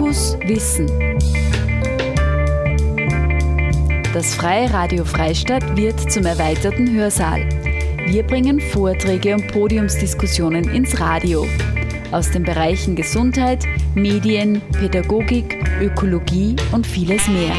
Fokus Wissen. Das Freie Radio Freistadt wird zum erweiterten Hörsaal. Wir bringen Vorträge und Podiumsdiskussionen ins Radio. Aus den Bereichen Gesundheit, Medien, Pädagogik, Ökologie und vieles mehr.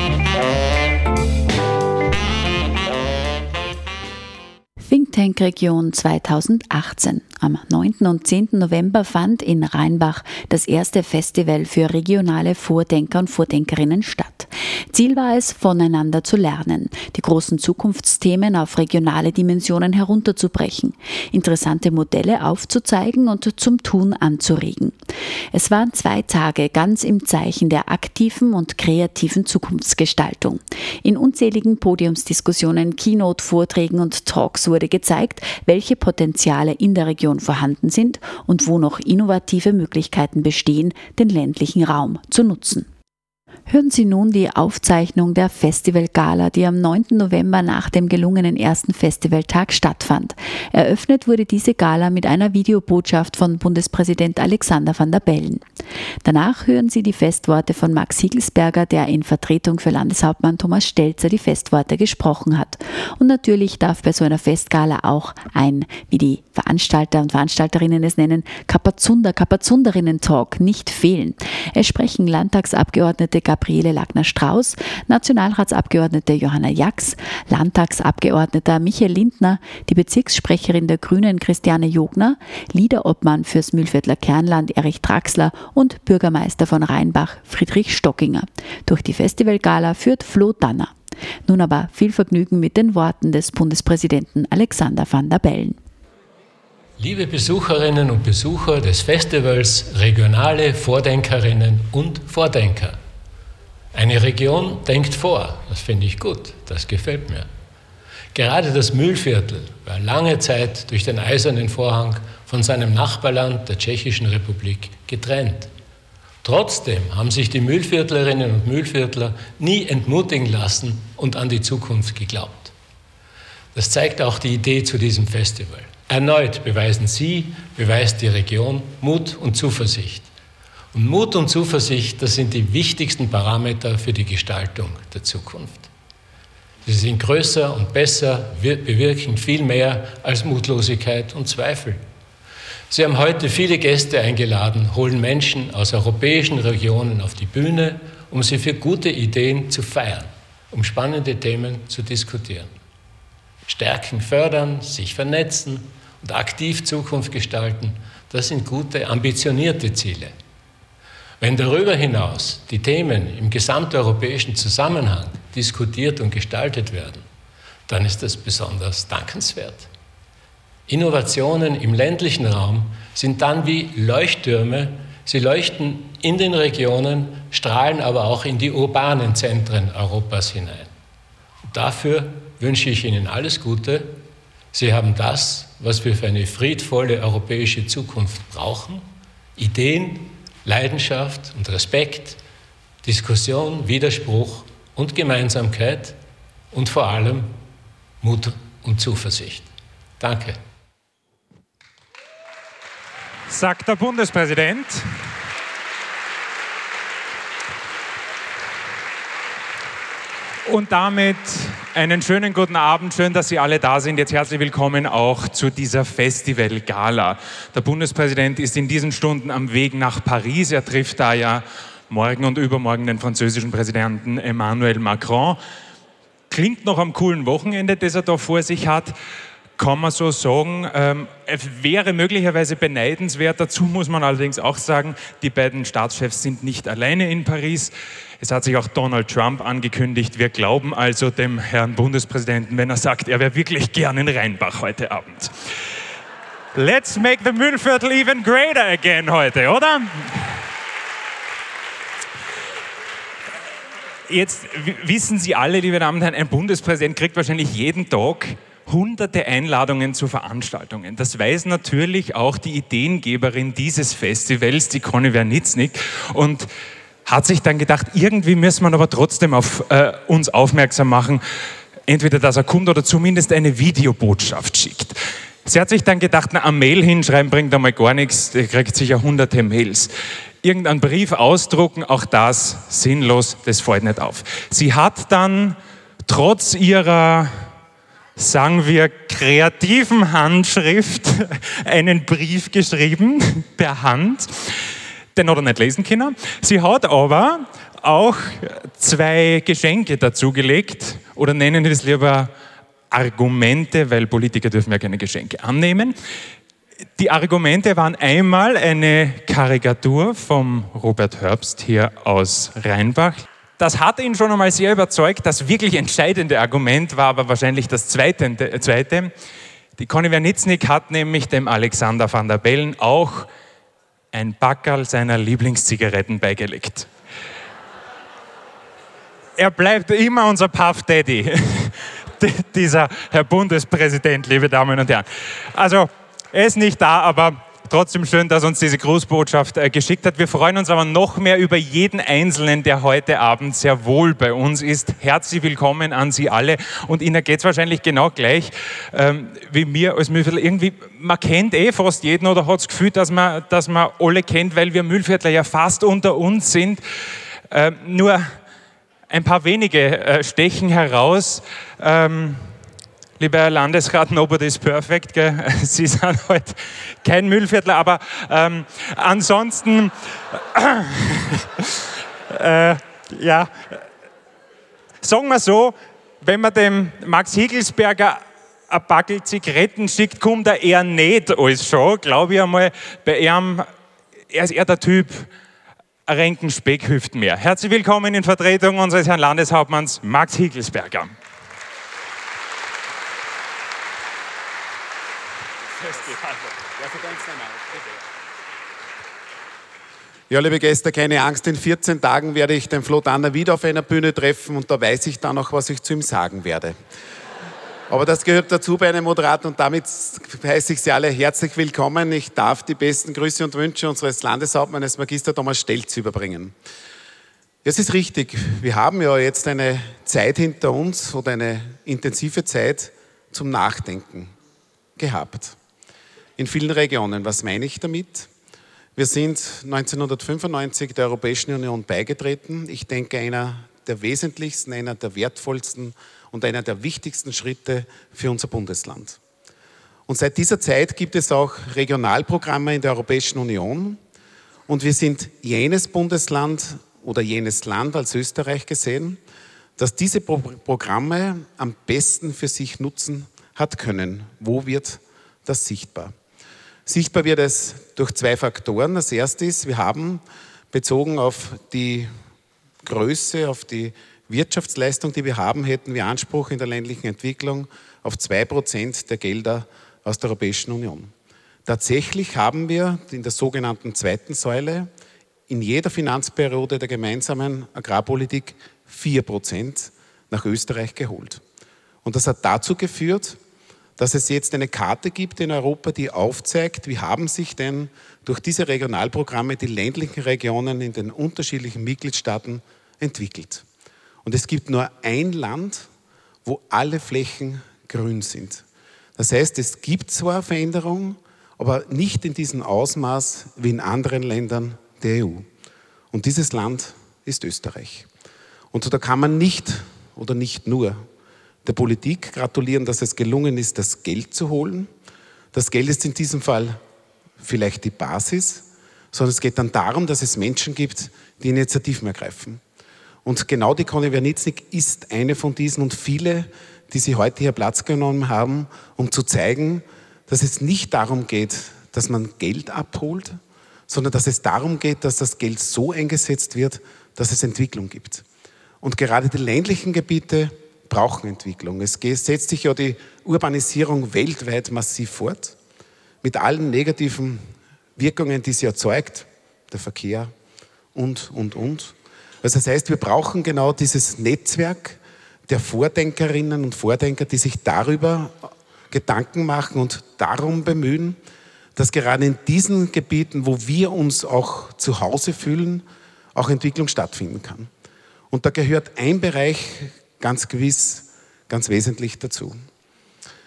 Think Tank Region 2018. Am 9. und 10. November fand in Rheinbach das erste Festival für regionale Vordenker und Vordenkerinnen statt. Ziel war es, voneinander zu lernen, die großen Zukunftsthemen auf regionale Dimensionen herunterzubrechen, interessante Modelle aufzuzeigen und zum Tun anzuregen. Es waren 2 Tage ganz im Zeichen der aktiven und kreativen Zukunftsgestaltung. In unzähligen Podiumsdiskussionen, Keynote-Vorträgen und Talks wurde gezeigt, welche Potenziale in der Region vorhanden sind und wo noch innovative Möglichkeiten bestehen, den ländlichen Raum zu nutzen. Hören Sie nun die Aufzeichnung der Festivalgala, die am 9. November nach dem gelungenen ersten Festivaltag stattfand. Eröffnet wurde diese Gala mit einer Videobotschaft von Bundespräsident Alexander Van der Bellen. Danach hören Sie die Festworte von Max Hiegelsberger, der in Vertretung für Landeshauptmann Thomas Stelzer die Festworte gesprochen hat. Und natürlich darf bei so einer Festgala auch ein, wie die Veranstalter und Veranstalterinnen es nennen, Kapazunderinnen-Talk nicht fehlen. Es sprechen Landtagsabgeordnete Gabriele Lackner-Strauß, Nationalratsabgeordnete Johanna Jax, Landtagsabgeordneter Michael Lindner, die Bezirkssprecherin der Grünen Christiane Jogner, Leaderobmann fürs Mühlviertler Kernland Erich Draxler und Bürgermeister von Rheinbach Friedrich Stockinger. Durch die Festivalgala führt Flo Danner. Nun aber viel Vergnügen mit den Worten des Bundespräsidenten Alexander Van der Bellen. Liebe Besucherinnen und Besucher des Festivals Regionale Vordenkerinnen und Vordenker. Eine Region denkt vor, das finde ich gut, das gefällt mir. Gerade das Mühlviertel war lange Zeit durch den Eisernen Vorhang von seinem Nachbarland, der Tschechischen Republik, getrennt. Trotzdem haben sich die Mühlviertlerinnen und Mühlviertler nie entmutigen lassen und an die Zukunft geglaubt. Das zeigt auch die Idee zu diesem Festival. Erneut beweist die Region Mut und Zuversicht. Und Mut und Zuversicht, das sind die wichtigsten Parameter für die Gestaltung der Zukunft. Sie sind größer und besser, bewirken viel mehr als Mutlosigkeit und Zweifel. Sie haben heute viele Gäste eingeladen, holen Menschen aus europäischen Regionen auf die Bühne, um sie für gute Ideen zu feiern, um spannende Themen zu diskutieren. Stärken, fördern, sich vernetzen und aktiv Zukunft gestalten, das sind gute, ambitionierte Ziele. Wenn darüber hinaus die Themen im gesamteuropäischen Zusammenhang diskutiert und gestaltet werden, dann ist das besonders dankenswert. Innovationen im ländlichen Raum sind dann wie Leuchttürme. Sie leuchten in den Regionen, strahlen aber auch in die urbanen Zentren Europas hinein. Und dafür wünsche ich Ihnen alles Gute. Sie haben das, was wir für eine friedvolle europäische Zukunft brauchen: Ideen, Leidenschaft und Respekt, Diskussion, Widerspruch und Gemeinsamkeit und vor allem Mut und Zuversicht. Danke. Sagt der Bundespräsident. Und damit einen schönen guten Abend. Schön, dass Sie alle da sind. Jetzt herzlich willkommen auch zu dieser Festival-Gala. Der Bundespräsident ist in diesen Stunden am Weg nach Paris. Er trifft da ja morgen und übermorgen den französischen Präsidenten Emmanuel Macron. Klingt noch am coolen Wochenende, das er da vor sich hat. Kann man so sagen. Es wäre möglicherweise beneidenswert. Dazu muss man allerdings auch sagen, die beiden Staatschefs sind nicht alleine in Paris. Es hat sich auch Donald Trump angekündigt. Wir glauben also dem Herrn Bundespräsidenten, wenn er sagt, er wäre wirklich gern in Rheinbach heute Abend. Let's make the Mühlviertel even greater again heute, oder? Jetzt wissen Sie alle, liebe Damen und Herren, ein Bundespräsident kriegt wahrscheinlich jeden Tag hunderte Einladungen zu Veranstaltungen. Das weiß natürlich auch die Ideengeberin dieses Festivals, die Conny Wernitznik, und hat sich dann gedacht, irgendwie müssen wir aber trotzdem auf uns aufmerksam machen, entweder dass er kommt oder zumindest eine Videobotschaft schickt. Sie hat sich dann gedacht, na, eine Mail hinschreiben bringt einmal gar nichts, der kriegt sicher hunderte Mails. irgendeinen Brief ausdrucken, auch das sinnlos, das fällt nicht auf. Sie hat dann trotz ihrer, sagen wir, kreativen Handschrift einen Brief geschrieben, per Hand, den hat er nicht lesen können. Sie hat aber auch 2 Geschenke dazugelegt, oder nennen wir das lieber Argumente, weil Politiker dürfen ja keine Geschenke annehmen. Die Argumente waren einmal eine Karikatur vom Robert Herbst hier aus Rheinbach. Das hat ihn schon einmal sehr überzeugt. Das wirklich entscheidende Argument war aber wahrscheinlich das zweite. Die Conny Wernitznik hat nämlich dem Alexander van der Bellen auch ein Packerl seiner Lieblingszigaretten beigelegt. Er bleibt immer unser Puff Daddy, dieser Herr Bundespräsident, liebe Damen und Herren. Also, er ist nicht da, aber trotzdem schön, dass er uns diese Grußbotschaft geschickt hat. Wir freuen uns aber noch mehr über jeden Einzelnen, der heute Abend sehr wohl bei uns ist. Herzlich willkommen an Sie alle. Und Ihnen geht es wahrscheinlich genau gleich wie mir als Mühlviertler. Irgendwie, man kennt fast jeden oder hat das Gefühl, dass man alle kennt, weil wir Mühlviertler ja fast unter uns sind. Nur ein paar wenige stechen heraus. Lieber Herr Landesrat, nobody is perfect. Gell? Sie sind halt kein Mühlviertler, aber ansonsten, ja, sagen wir so, wenn man dem Max Higgelsberger ein Packel Zigaretten schickt, kommt er eher nicht als schon, glaube ich einmal. Bei ihm, er ist eher der Typ, ein Renken Speck hilft mehr. Herzlich willkommen in Vertretung unseres Herrn Landeshauptmanns Max Higgelsberger. Ja, liebe Gäste, keine Angst, in 14 Tagen werde ich den Flo Tanner wieder auf einer Bühne treffen und da weiß ich dann auch, was ich zu ihm sagen werde. Aber das gehört dazu bei einem Moderator und damit heiße ich Sie alle herzlich willkommen. Ich darf die besten Grüße und Wünsche unseres Landeshauptmannes Magister Thomas Stelz überbringen. Es ist richtig, wir haben ja jetzt eine Zeit hinter uns oder eine intensive Zeit zum Nachdenken gehabt. In vielen Regionen. Was meine ich damit? Wir sind 1995 der Europäischen Union beigetreten. Ich denke, einer der wesentlichsten, einer der wertvollsten und einer der wichtigsten Schritte für unser Bundesland. Und seit dieser Zeit gibt es auch Regionalprogramme in der Europäischen Union. Und wir sind jenes Bundesland oder jenes Land als Österreich gesehen, das diese Programme am besten für sich nutzen hat können. Wo wird das sichtbar? Sichtbar wird es durch 2 Faktoren. Das erste ist, wir haben bezogen auf die Größe, auf die Wirtschaftsleistung, die wir haben, hätten wir Anspruch in der ländlichen Entwicklung auf 2% der Gelder aus der Europäischen Union. Tatsächlich haben wir in der sogenannten 2. Säule in jeder Finanzperiode der gemeinsamen Agrarpolitik 4% nach Österreich geholt. Und das hat dazu geführt, dass es jetzt eine Karte gibt in Europa, die aufzeigt, wie haben sich denn durch diese Regionalprogramme die ländlichen Regionen in den unterschiedlichen Mitgliedstaaten entwickelt. Und es gibt nur ein Land, wo alle Flächen grün sind. Das heißt, es gibt zwar Veränderungen, aber nicht in diesem Ausmaß wie in anderen Ländern der EU. Und dieses Land ist Österreich. Und da kann man nicht oder nicht nur der Politik gratulieren, dass es gelungen ist, das Geld zu holen. Das Geld ist in diesem Fall vielleicht die Basis, sondern es geht dann darum, dass es Menschen gibt, die Initiativen ergreifen. Und genau die Conny Wernitznik ist eine von diesen und viele, die sie heute hier Platz genommen haben, um zu zeigen, dass es nicht darum geht, dass man Geld abholt, sondern dass es darum geht, dass das Geld so eingesetzt wird, dass es Entwicklung gibt. Und gerade die ländlichen Gebiete brauchen Entwicklung. Es setzt sich ja die Urbanisierung weltweit massiv fort, mit allen negativen Wirkungen, die sie erzeugt, der Verkehr und. Also das heißt, wir brauchen genau dieses Netzwerk der Vordenkerinnen und Vordenker, die sich darüber Gedanken machen und darum bemühen, dass gerade in diesen Gebieten, wo wir uns auch zu Hause fühlen, auch Entwicklung stattfinden kann. Und da gehört ein Bereich ganz gewiss, ganz wesentlich dazu.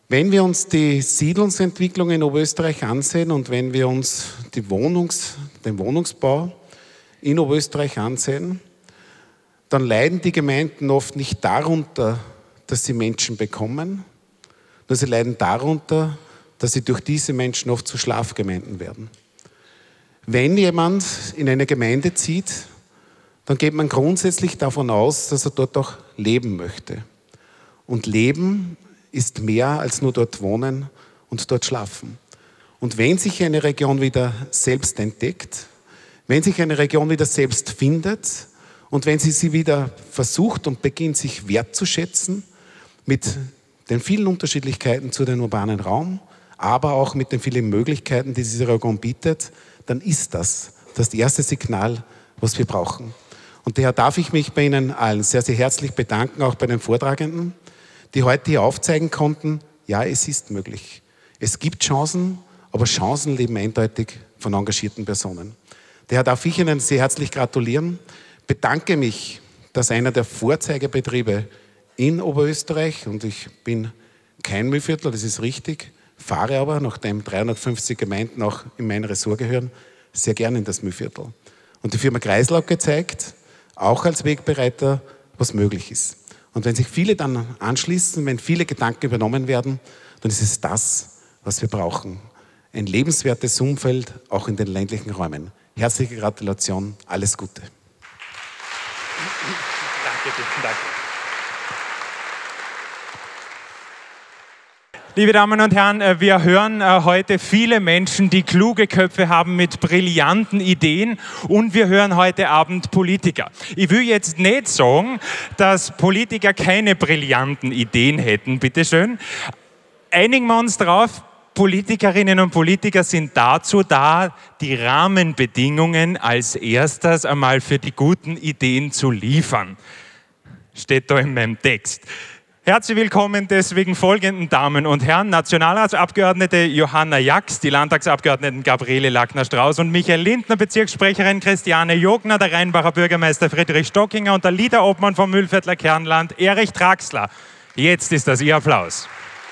Wenn wir uns die Siedlungsentwicklung in Oberösterreich ansehen und wenn wir uns den Wohnungsbau in Oberösterreich ansehen, dann leiden die Gemeinden oft nicht darunter, dass sie Menschen bekommen, nur sie leiden darunter, dass sie durch diese Menschen oft zu Schlafgemeinden werden. Wenn jemand in eine Gemeinde zieht, dann geht man grundsätzlich davon aus, dass er dort auch leben möchte. Und Leben ist mehr als nur dort wohnen und dort schlafen. Und wenn sich eine Region wieder selbst entdeckt, wenn sich eine Region wieder selbst findet und wenn sie wieder versucht und beginnt, sich wertzuschätzen mit den vielen Unterschiedlichkeiten zu dem urbanen Raum, aber auch mit den vielen Möglichkeiten, die diese Region bietet, dann ist das erste Signal, was wir brauchen. Und daher darf ich mich bei Ihnen allen sehr, sehr herzlich bedanken, auch bei den Vortragenden, die heute hier aufzeigen konnten, ja, es ist möglich. Es gibt Chancen, aber Chancen leben eindeutig von engagierten Personen. Daher darf ich Ihnen sehr herzlich gratulieren, bedanke mich, dass einer der Vorzeigebetriebe in Oberösterreich, und ich bin kein Mühlviertler, das ist richtig, fahre aber, nachdem 350 Gemeinden auch in mein Ressort gehören, sehr gerne in das Mühlviertel. Und die Firma Kreisel hat gezeigt, auch als Wegbereiter, was möglich ist. Und wenn sich viele dann anschließen, wenn viele Gedanken übernommen werden, dann ist es das, was wir brauchen. Ein lebenswertes Umfeld, auch in den ländlichen Räumen. Herzliche Gratulation, alles Gute. Danke dir, danke. Liebe Damen und Herren, wir hören heute viele Menschen, die kluge Köpfe haben mit brillanten Ideen, und wir hören heute Abend Politiker. Ich will jetzt nicht sagen, dass Politiker keine brillanten Ideen hätten, bitteschön. Einigen wir uns drauf, Politikerinnen und Politiker sind dazu da, die Rahmenbedingungen als erstes einmal für die guten Ideen zu liefern. Steht da in meinem Text. Herzlich willkommen deswegen folgenden Damen und Herren: Nationalratsabgeordnete Johanna Jax, die Landtagsabgeordneten Gabriele Lackner-Strauß und Michael Lindner, Bezirkssprecherin Christiane Jogner, der Rheinbacher Bürgermeister Friedrich Stockinger und der Leaderobmann vom Mühlviertler Kernland Erich Traxler. Jetzt ist das Ihr Applaus.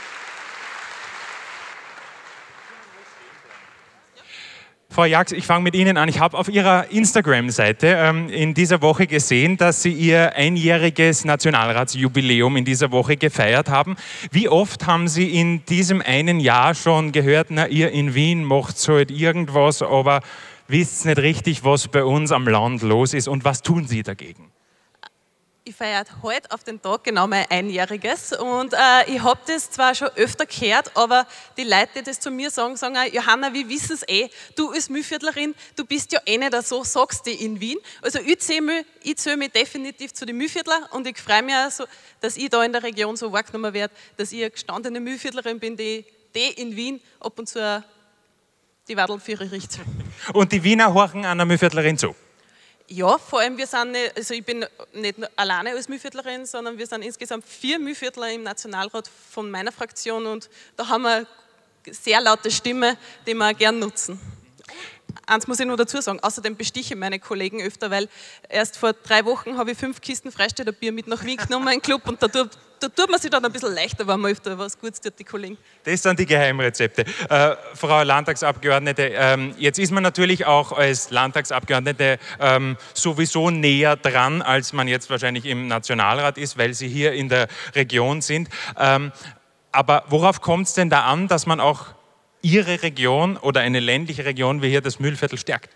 Frau Jax, ich fange mit Ihnen an. Ich habe auf Ihrer Instagram-Seite in dieser Woche gesehen, dass Sie Ihr einjähriges Nationalratsjubiläum in dieser Woche gefeiert haben. Wie oft haben Sie in diesem einen Jahr schon gehört, na, ihr in Wien macht halt irgendwas, aber wisst nicht richtig, was bei uns am Land los ist, und was tun Sie dagegen? Ich feiere heute auf den Tag genau mein Einjähriges, und ich habe das zwar schon öfter gehört, aber die Leute, die das zu mir sagen, sagen auch: Johanna, wir wissen es du als Mühlviertlerin, du bist ja nicht so, sagst du in Wien. Also ich zähle mich definitiv zu den Mühlviertler, und ich freue mich auch so, dass ich da in der Region so wahrgenommen werde, dass ich eine gestandene Mühlviertlerin bin, die in Wien ab und zu die Wadel für ihre richtet. Und die Wiener horchen einer Mühlviertlerin zu? Ja, vor allem ich bin nicht nur alleine als Mühlviertlerin, sondern wir sind insgesamt 4 Mühlviertler im Nationalrat von meiner Fraktion, und da haben wir eine sehr laute Stimme, die wir auch gern nutzen. Eins muss ich nur dazu sagen, außerdem bestiche ich meine Kollegen öfter, weil erst vor 3 Wochen habe ich 5 Kisten Freistädter Bier mit nach Wien genommen, einen Club, und da tut man sich dann ein bisschen leichter, wenn man öfter was Gutes tut, die Kollegen. Das sind die Geheimrezepte. Frau Landtagsabgeordnete, jetzt ist man natürlich auch als Landtagsabgeordnete sowieso näher dran, als man jetzt wahrscheinlich im Nationalrat ist, weil Sie hier in der Region sind. Aber worauf kommt es denn da an, dass man auch Ihre Region oder eine ländliche Region wie hier das Mühlviertel stärkt?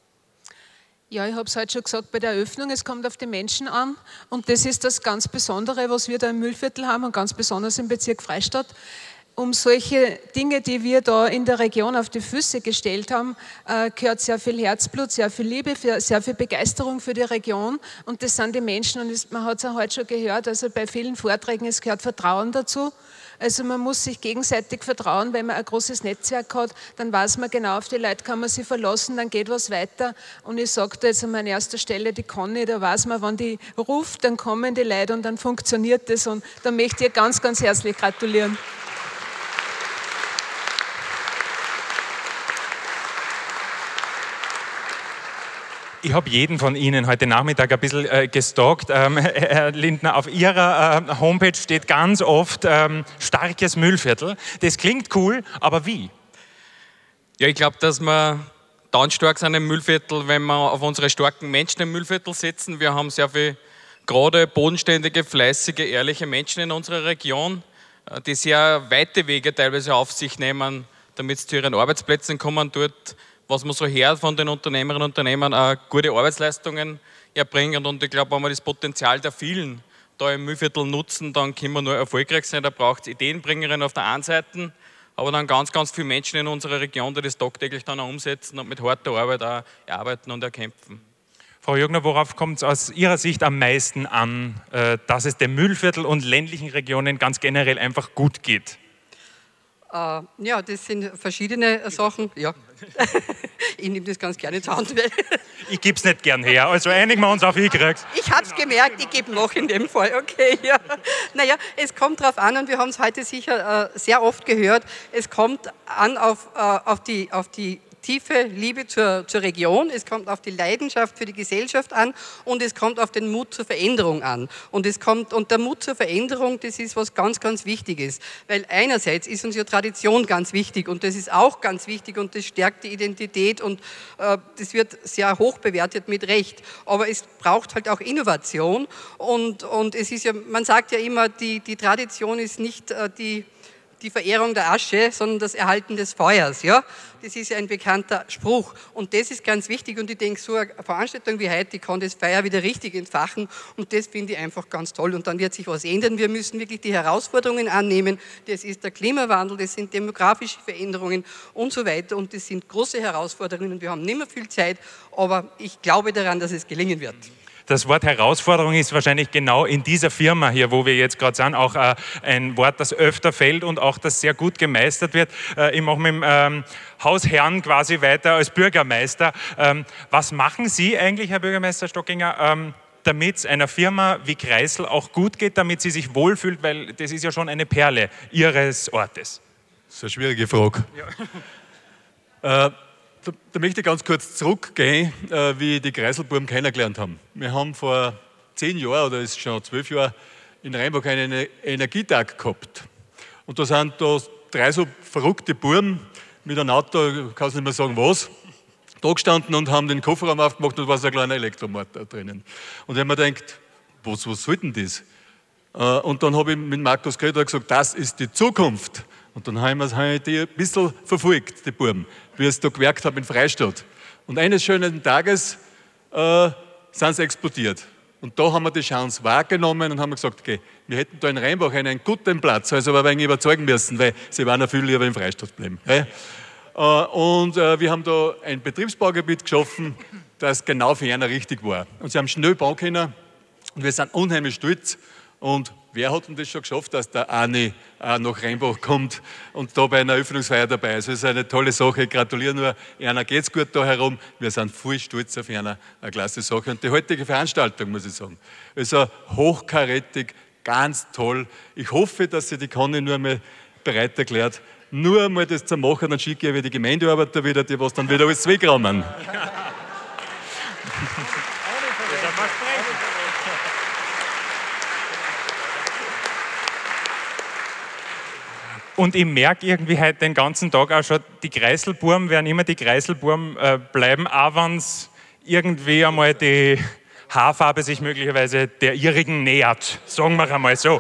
Ja, ich habe es heute schon gesagt bei der Eröffnung, es kommt auf die Menschen an, und das ist das ganz Besondere, was wir da im Mühlviertel haben, und ganz besonders im Bezirk Freistadt. Um solche Dinge, die wir da in der Region auf die Füße gestellt haben, gehört sehr viel Herzblut, sehr viel Liebe, sehr viel Begeisterung für die Region, und das sind die Menschen, und man hat es ja heute schon gehört, also bei vielen Vorträgen, es gehört Vertrauen dazu. Also man muss sich gegenseitig vertrauen, wenn man ein großes Netzwerk hat, dann weiß man genau, auf die Leute kann man sich verlassen, dann geht was weiter. Und ich sage da jetzt an meiner ersten Stelle die Conny, da weiß man, wenn die ruft, dann kommen die Leute und dann funktioniert das, und da möchte ich ganz, ganz herzlich gratulieren. Ich habe jeden von Ihnen heute Nachmittag ein bisschen gestalkt. Herr Lindner, auf Ihrer Homepage steht ganz oft starkes Müllviertel. Das klingt cool, aber wie? Ja, ich glaube, dass wir dann stark sind im Müllviertel, wenn wir auf unsere starken Menschen im Müllviertel setzen. Wir haben sehr viele gerade bodenständige, fleißige, ehrliche Menschen in unserer Region, die sehr weite Wege teilweise auf sich nehmen, damit sie zu ihren Arbeitsplätzen kommen, dort, was man so hört von den Unternehmerinnen und Unternehmern, auch gute Arbeitsleistungen erbringen. Und ich glaube, wenn wir das Potenzial der vielen da im Müllviertel nutzen, dann können wir nur erfolgreich sein. Da braucht es Ideenbringerinnen auf der einen Seite, aber dann ganz, ganz viele Menschen in unserer Region, die das tagtäglich dann auch umsetzen und mit harter Arbeit auch erarbeiten und erkämpfen. Frau Jögner, worauf kommt es aus Ihrer Sicht am meisten an, dass es dem Müllviertel und ländlichen Regionen ganz generell einfach gut geht? Ja, das sind verschiedene Sachen. Ja. Ich nehme das ganz gerne zur Hand. Ich gebe es nicht gern her, also einigen wir uns auf, ich krieg's. Ich habe es gemerkt, ich gebe noch in dem Fall. Okay, ja. Naja, es kommt darauf an, und wir haben es heute sicher sehr oft gehört, es kommt an auf die tiefe Liebe zur Region, es kommt auf die Leidenschaft für die Gesellschaft an und es kommt auf den Mut zur Veränderung an. Und der Mut zur Veränderung, das ist was ganz, ganz Wichtiges, weil einerseits ist uns ja Tradition ganz wichtig und das ist auch ganz wichtig und das stärkt die Identität und das wird sehr hoch bewertet mit Recht. Aber es braucht halt auch Innovation und es ist ja, man sagt ja immer, die Tradition ist nicht die Verehrung der Asche, sondern das Erhalten des Feuers. Ja? Das ist ja ein bekannter Spruch. Und das ist ganz wichtig. Und ich denke, so eine Veranstaltung wie heute, die kann das Feuer wieder richtig entfachen. Und das finde ich einfach ganz toll. Und dann wird sich was ändern. Wir müssen wirklich die Herausforderungen annehmen. Das ist der Klimawandel, das sind demografische Veränderungen und so weiter. Und das sind große Herausforderungen. Wir haben nicht mehr viel Zeit, aber ich glaube daran, dass es gelingen wird. Das Wort Herausforderung ist wahrscheinlich genau in dieser Firma hier, wo wir jetzt gerade sind, auch ein Wort, das öfter fällt und auch das sehr gut gemeistert wird. Ich mache mit dem Hausherrn quasi weiter als Bürgermeister. Was machen Sie eigentlich, Herr Bürgermeister Stockinger, damit es einer Firma wie Kreisel auch gut geht, damit sie sich wohlfühlt, weil das ist ja schon eine Perle Ihres Ortes? Das ist eine schwierige Frage. Ja. Da möchte ich ganz kurz zurückgehen, wie die Kreiselbuben kennengelernt haben. Wir haben vor 10 Jahren, oder ist schon 12 Jahre, in Rheinbach einen Energietag gehabt. Und da sind da 3 so verrückte Buben mit einem Auto, kannst nicht mehr sagen was, da gestanden und haben den Kofferraum aufgemacht und da war so ein kleiner Elektromotor drinnen. Und ich habe mir gedacht, was soll denn das? Und dann habe ich mit Markus Greder gesagt, das ist die Zukunft. Und dann haben wir die ein bisschen verfolgt, die Buben, wie ich es da gewerkt habe in Freistadt. Und eines schönen Tages sind sie explodiert. Und da haben wir die Chance wahrgenommen und haben gesagt, okay, wir hätten da in Rheinbach einen guten Platz, also wir waren überzeugen müssen, weil sie waren ja viel lieber in Freistadt bleiben. Und wir haben da ein Betriebsbaugebiet geschaffen, das genau für einen richtig war. Und sie haben schnell bauen können und wir sind unheimlich stolz. Und wer hat denn das schon geschafft, dass der Arni nach Rheinbach kommt und da bei einer Eröffnungsfeier dabei ist? Das ist eine tolle Sache. Ich gratuliere nur. Einer geht es gut da herum. Wir sind voll stolz auf eine klasse Sache. Und die heutige Veranstaltung, muss ich sagen, also hochkarätig, ganz toll. Ich hoffe, dass sich die Conny nur einmal bereit erklärt, nur einmal das zu machen, dann schicke ich die Gemeindearbeiter wieder, die was dann wieder alles wegräumen. Und ich merke irgendwie heute den ganzen Tag auch schon, die Kreiselburm werden immer die Kreiselburm bleiben, auch wenn es irgendwie einmal die Haarfarbe sich möglicherweise der ihrigen nähert. Sagen wir einmal so.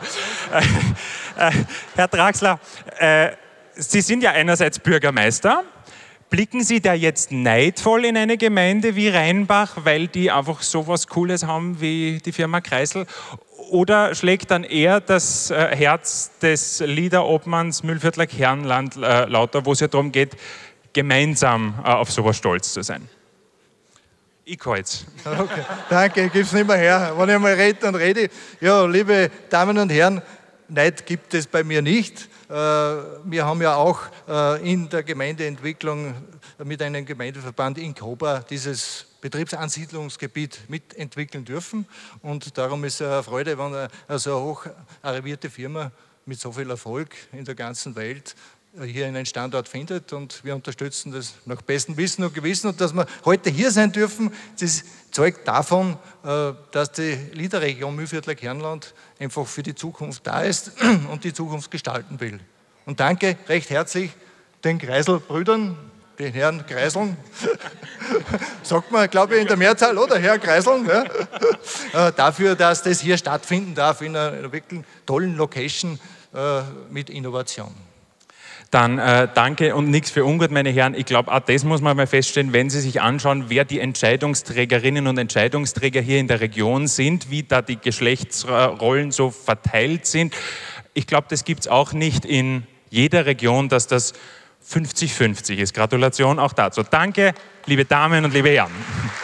Herr Draxler, Sie sind ja einerseits Bürgermeister. Blicken Sie da jetzt neidvoll in eine Gemeinde wie Rheinbach, weil die einfach so was Cooles haben wie die Firma Kreisel? Oder schlägt dann eher das Herz des Leader-Obmanns Mühlviertler Kernland lauter, wo es ja darum geht, gemeinsam auf sowas stolz zu sein? Ich kann jetzt. Okay, danke, ich gebe es nicht mehr her. Wenn ich einmal rede, dann rede ich. Ja, liebe Damen und Herren, Neid gibt es bei mir nicht. Wir haben ja auch in der Gemeindeentwicklung mit einem Gemeindeverband in Kobra dieses Betriebsansiedlungsgebiet mitentwickeln dürfen. Und darum ist es eine Freude, wenn so eine hoch arrivierte Firma mit so viel Erfolg in der ganzen Welt hier einen Standort findet und wir unterstützen das nach bestem Wissen und Gewissen. Und dass wir heute hier sein dürfen, das zeugt davon, dass die Leaderregion Mühlviertler Kernland einfach für die Zukunft da ist und die Zukunft gestalten will. Und danke recht herzlich den Kreisel-Brüdern, den Herrn Kreiseln, sagt man, glaube ich, in der Mehrzahl, oder? Herr Kreiseln, ja? Dafür, dass das hier stattfinden darf in einer wirklich tollen Location mit Innovation. Dann danke und nichts für ungut, meine Herren. Ich glaube, auch das muss man mal feststellen, wenn Sie sich anschauen, wer die Entscheidungsträgerinnen und Entscheidungsträger hier in der Region sind, wie da die Geschlechtsrollen so verteilt sind. Ich glaube, das gibt es auch nicht in jeder Region, dass das 50-50 ist. Gratulation auch dazu. Danke, liebe Damen und liebe Herren.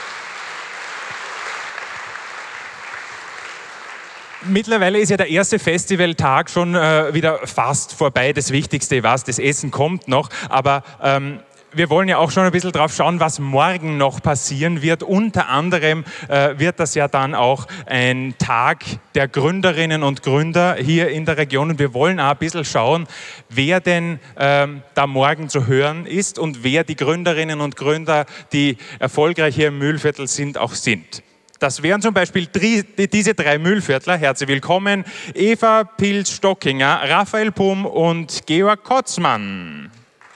Mittlerweile ist ja der erste Festivaltag schon wieder fast vorbei. Das Wichtigste was, das Essen kommt noch. Aber wir wollen ja auch schon ein bisschen drauf schauen, was morgen noch passieren wird. Unter anderem wird das ja dann auch ein Tag der Gründerinnen und Gründer hier in der Region. Und wir wollen auch ein bisschen schauen, wer denn da morgen zu hören ist und wer die Gründerinnen und Gründer, die erfolgreich hier im Mühlviertel sind, auch sind. Das wären zum Beispiel diese 3 Mühlviertler. Herzlich willkommen. Eva Pilz-Stockinger, Raphael Pumm und Georg Kotzmann.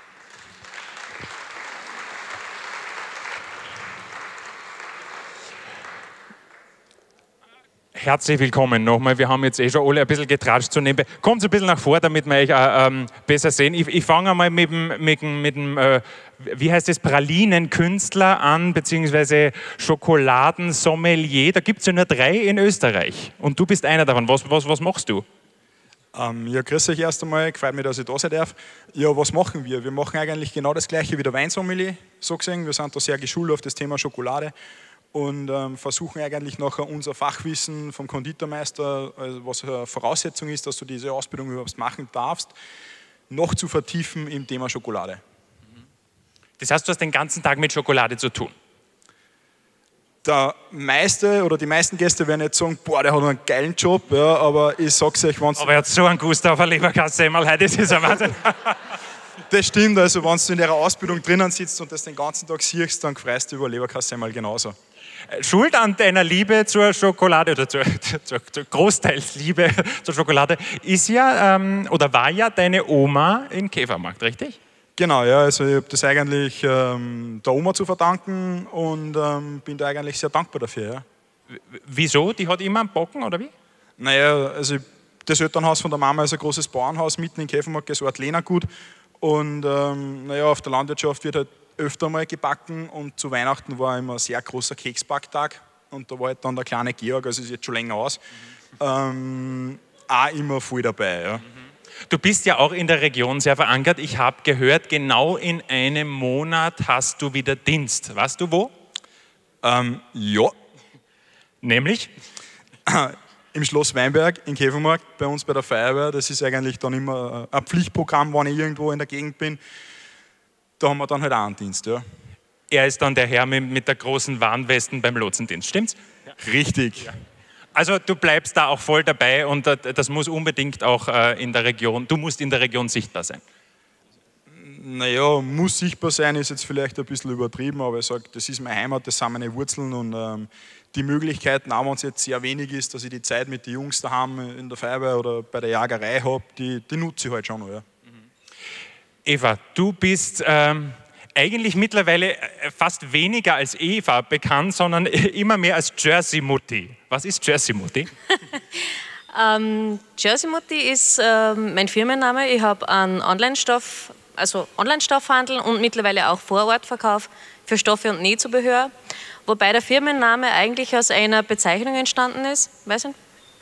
Herzlich willkommen nochmal. Wir haben jetzt schon alle ein bisschen getratscht zu nehmen. Kommt ein bisschen nach vor, damit wir euch besser sehen. Ich fange einmal mit dem wie heißt es, Pralinenkünstler an, beziehungsweise Schokoladensommelier. Da gibt es ja nur 3 in Österreich. Und du bist einer davon. Was machst du? Ja, grüß euch erst einmal. Freut mich, dass ich da sein darf. Ja, was machen wir? Wir machen eigentlich genau das Gleiche wie der Weinsommelier, so gesehen. Wir sind da sehr geschult auf das Thema Schokolade. Und versuchen eigentlich nachher unser Fachwissen vom Konditormeister, also was eine Voraussetzung ist, dass du diese Ausbildung überhaupt machen darfst, noch zu vertiefen im Thema Schokolade. Das heißt, du hast den ganzen Tag mit Schokolade zu tun? Der meiste oder die meisten Gäste werden jetzt sagen, boah, der hat einen geilen Job, ja, aber ich sag's euch, wenn's... Aber er hat so einen Gusto auf eine Leberkassemmel heute, das ist ein Wahnsinn. Das stimmt, also wenn du in der Ausbildung drinnen sitzt und das den ganzen Tag siehst, dann freust du über Leberkassemmel genauso. Schuld an deiner Liebe zur Schokolade oder zur Großteilsliebe zur Schokolade ist ja oder war ja deine Oma in Käfermarkt, richtig? Genau, ja, also ich habe das eigentlich der Oma zu verdanken und bin da eigentlich sehr dankbar dafür. Ja. Wieso? Die hat immer einen Bocken oder wie? Naja, also das Elternhaus von der Mama ist ein großes Bauernhaus mitten in Käfermarkt, so Art Lehnergut und naja, auf der Landwirtschaft wird halt öfter mal gebacken und zu Weihnachten war immer ein sehr großer Keksbacktag und da war halt dann der kleine Georg, also ist jetzt schon länger aus, auch immer voll dabei. Ja. Du bist ja auch in der Region sehr verankert. Ich habe gehört, genau in einem Monat hast du wieder Dienst. Weißt du wo? Ja. Nämlich? Im Schloss Weinberg in Käfermarkt, bei uns bei der Feuerwehr. Das ist eigentlich dann immer ein Pflichtprogramm, wenn ich irgendwo in der Gegend bin. Da haben wir dann halt auch einen Dienst, ja. Er ist dann der Herr mit der großen Warnwesten beim Lotsendienst, stimmt's? Ja. Richtig. Ja. Also du bleibst da auch voll dabei und das muss unbedingt auch in der Region, du musst in der Region sichtbar sein. Naja, muss sichtbar sein, ist jetzt vielleicht ein bisschen übertrieben, aber ich sage, das ist meine Heimat, das sind meine Wurzeln und die Möglichkeiten, auch wenn es jetzt sehr wenig ist, dass ich die Zeit mit den Jungs daheim in der Feuerwehr oder bei der Jagerei habe, die nutze ich halt schon noch, ja. Eva, du bist eigentlich mittlerweile fast weniger als Eva bekannt, sondern immer mehr als Jersey-Mutti. Was ist Jersey-Mutti? Jersey-Mutti ist mein Firmenname. Ich habe einen Online-Stoffhandel und mittlerweile auch Vorortverkauf für Stoffe und Nähzubehör. Wobei der Firmenname eigentlich aus einer Bezeichnung entstanden ist. Weiß nicht.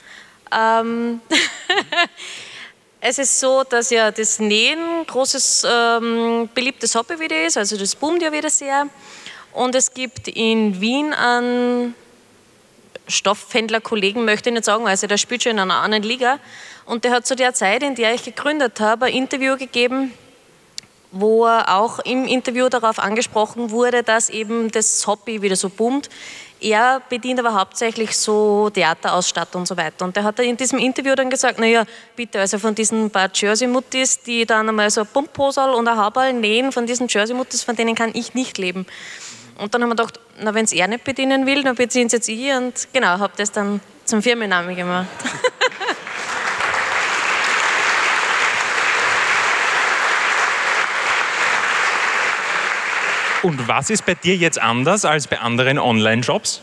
Es ist so, dass ja das Nähen ein großes, beliebtes Hobby wieder ist, also das boomt ja wieder sehr. Und es gibt in Wien einen Stoffhändler-Kollegen, möchte ich nicht sagen, also der spielt schon in einer anderen Liga. Und der hat zu der Zeit, in der ich gegründet habe, ein Interview gegeben, wo er auch im Interview darauf angesprochen wurde, dass eben das Hobby wieder so boomt, er bedient aber hauptsächlich so Theaterausstattung und so weiter. Und der hat in diesem Interview dann gesagt, naja, bitte, also von diesen paar Jersey-Muttis, die dann einmal so ein Pumphosal und ein Haberl nähen, von diesen Jersey-Muttis, von denen kann ich nicht leben. Und dann haben wir gedacht, na, wenn es er nicht bedienen will, dann bedienen es jetzt ich. Und genau, habe das dann zum Firmennamen gemacht. Und was ist bei dir jetzt anders als bei anderen Online-Shops?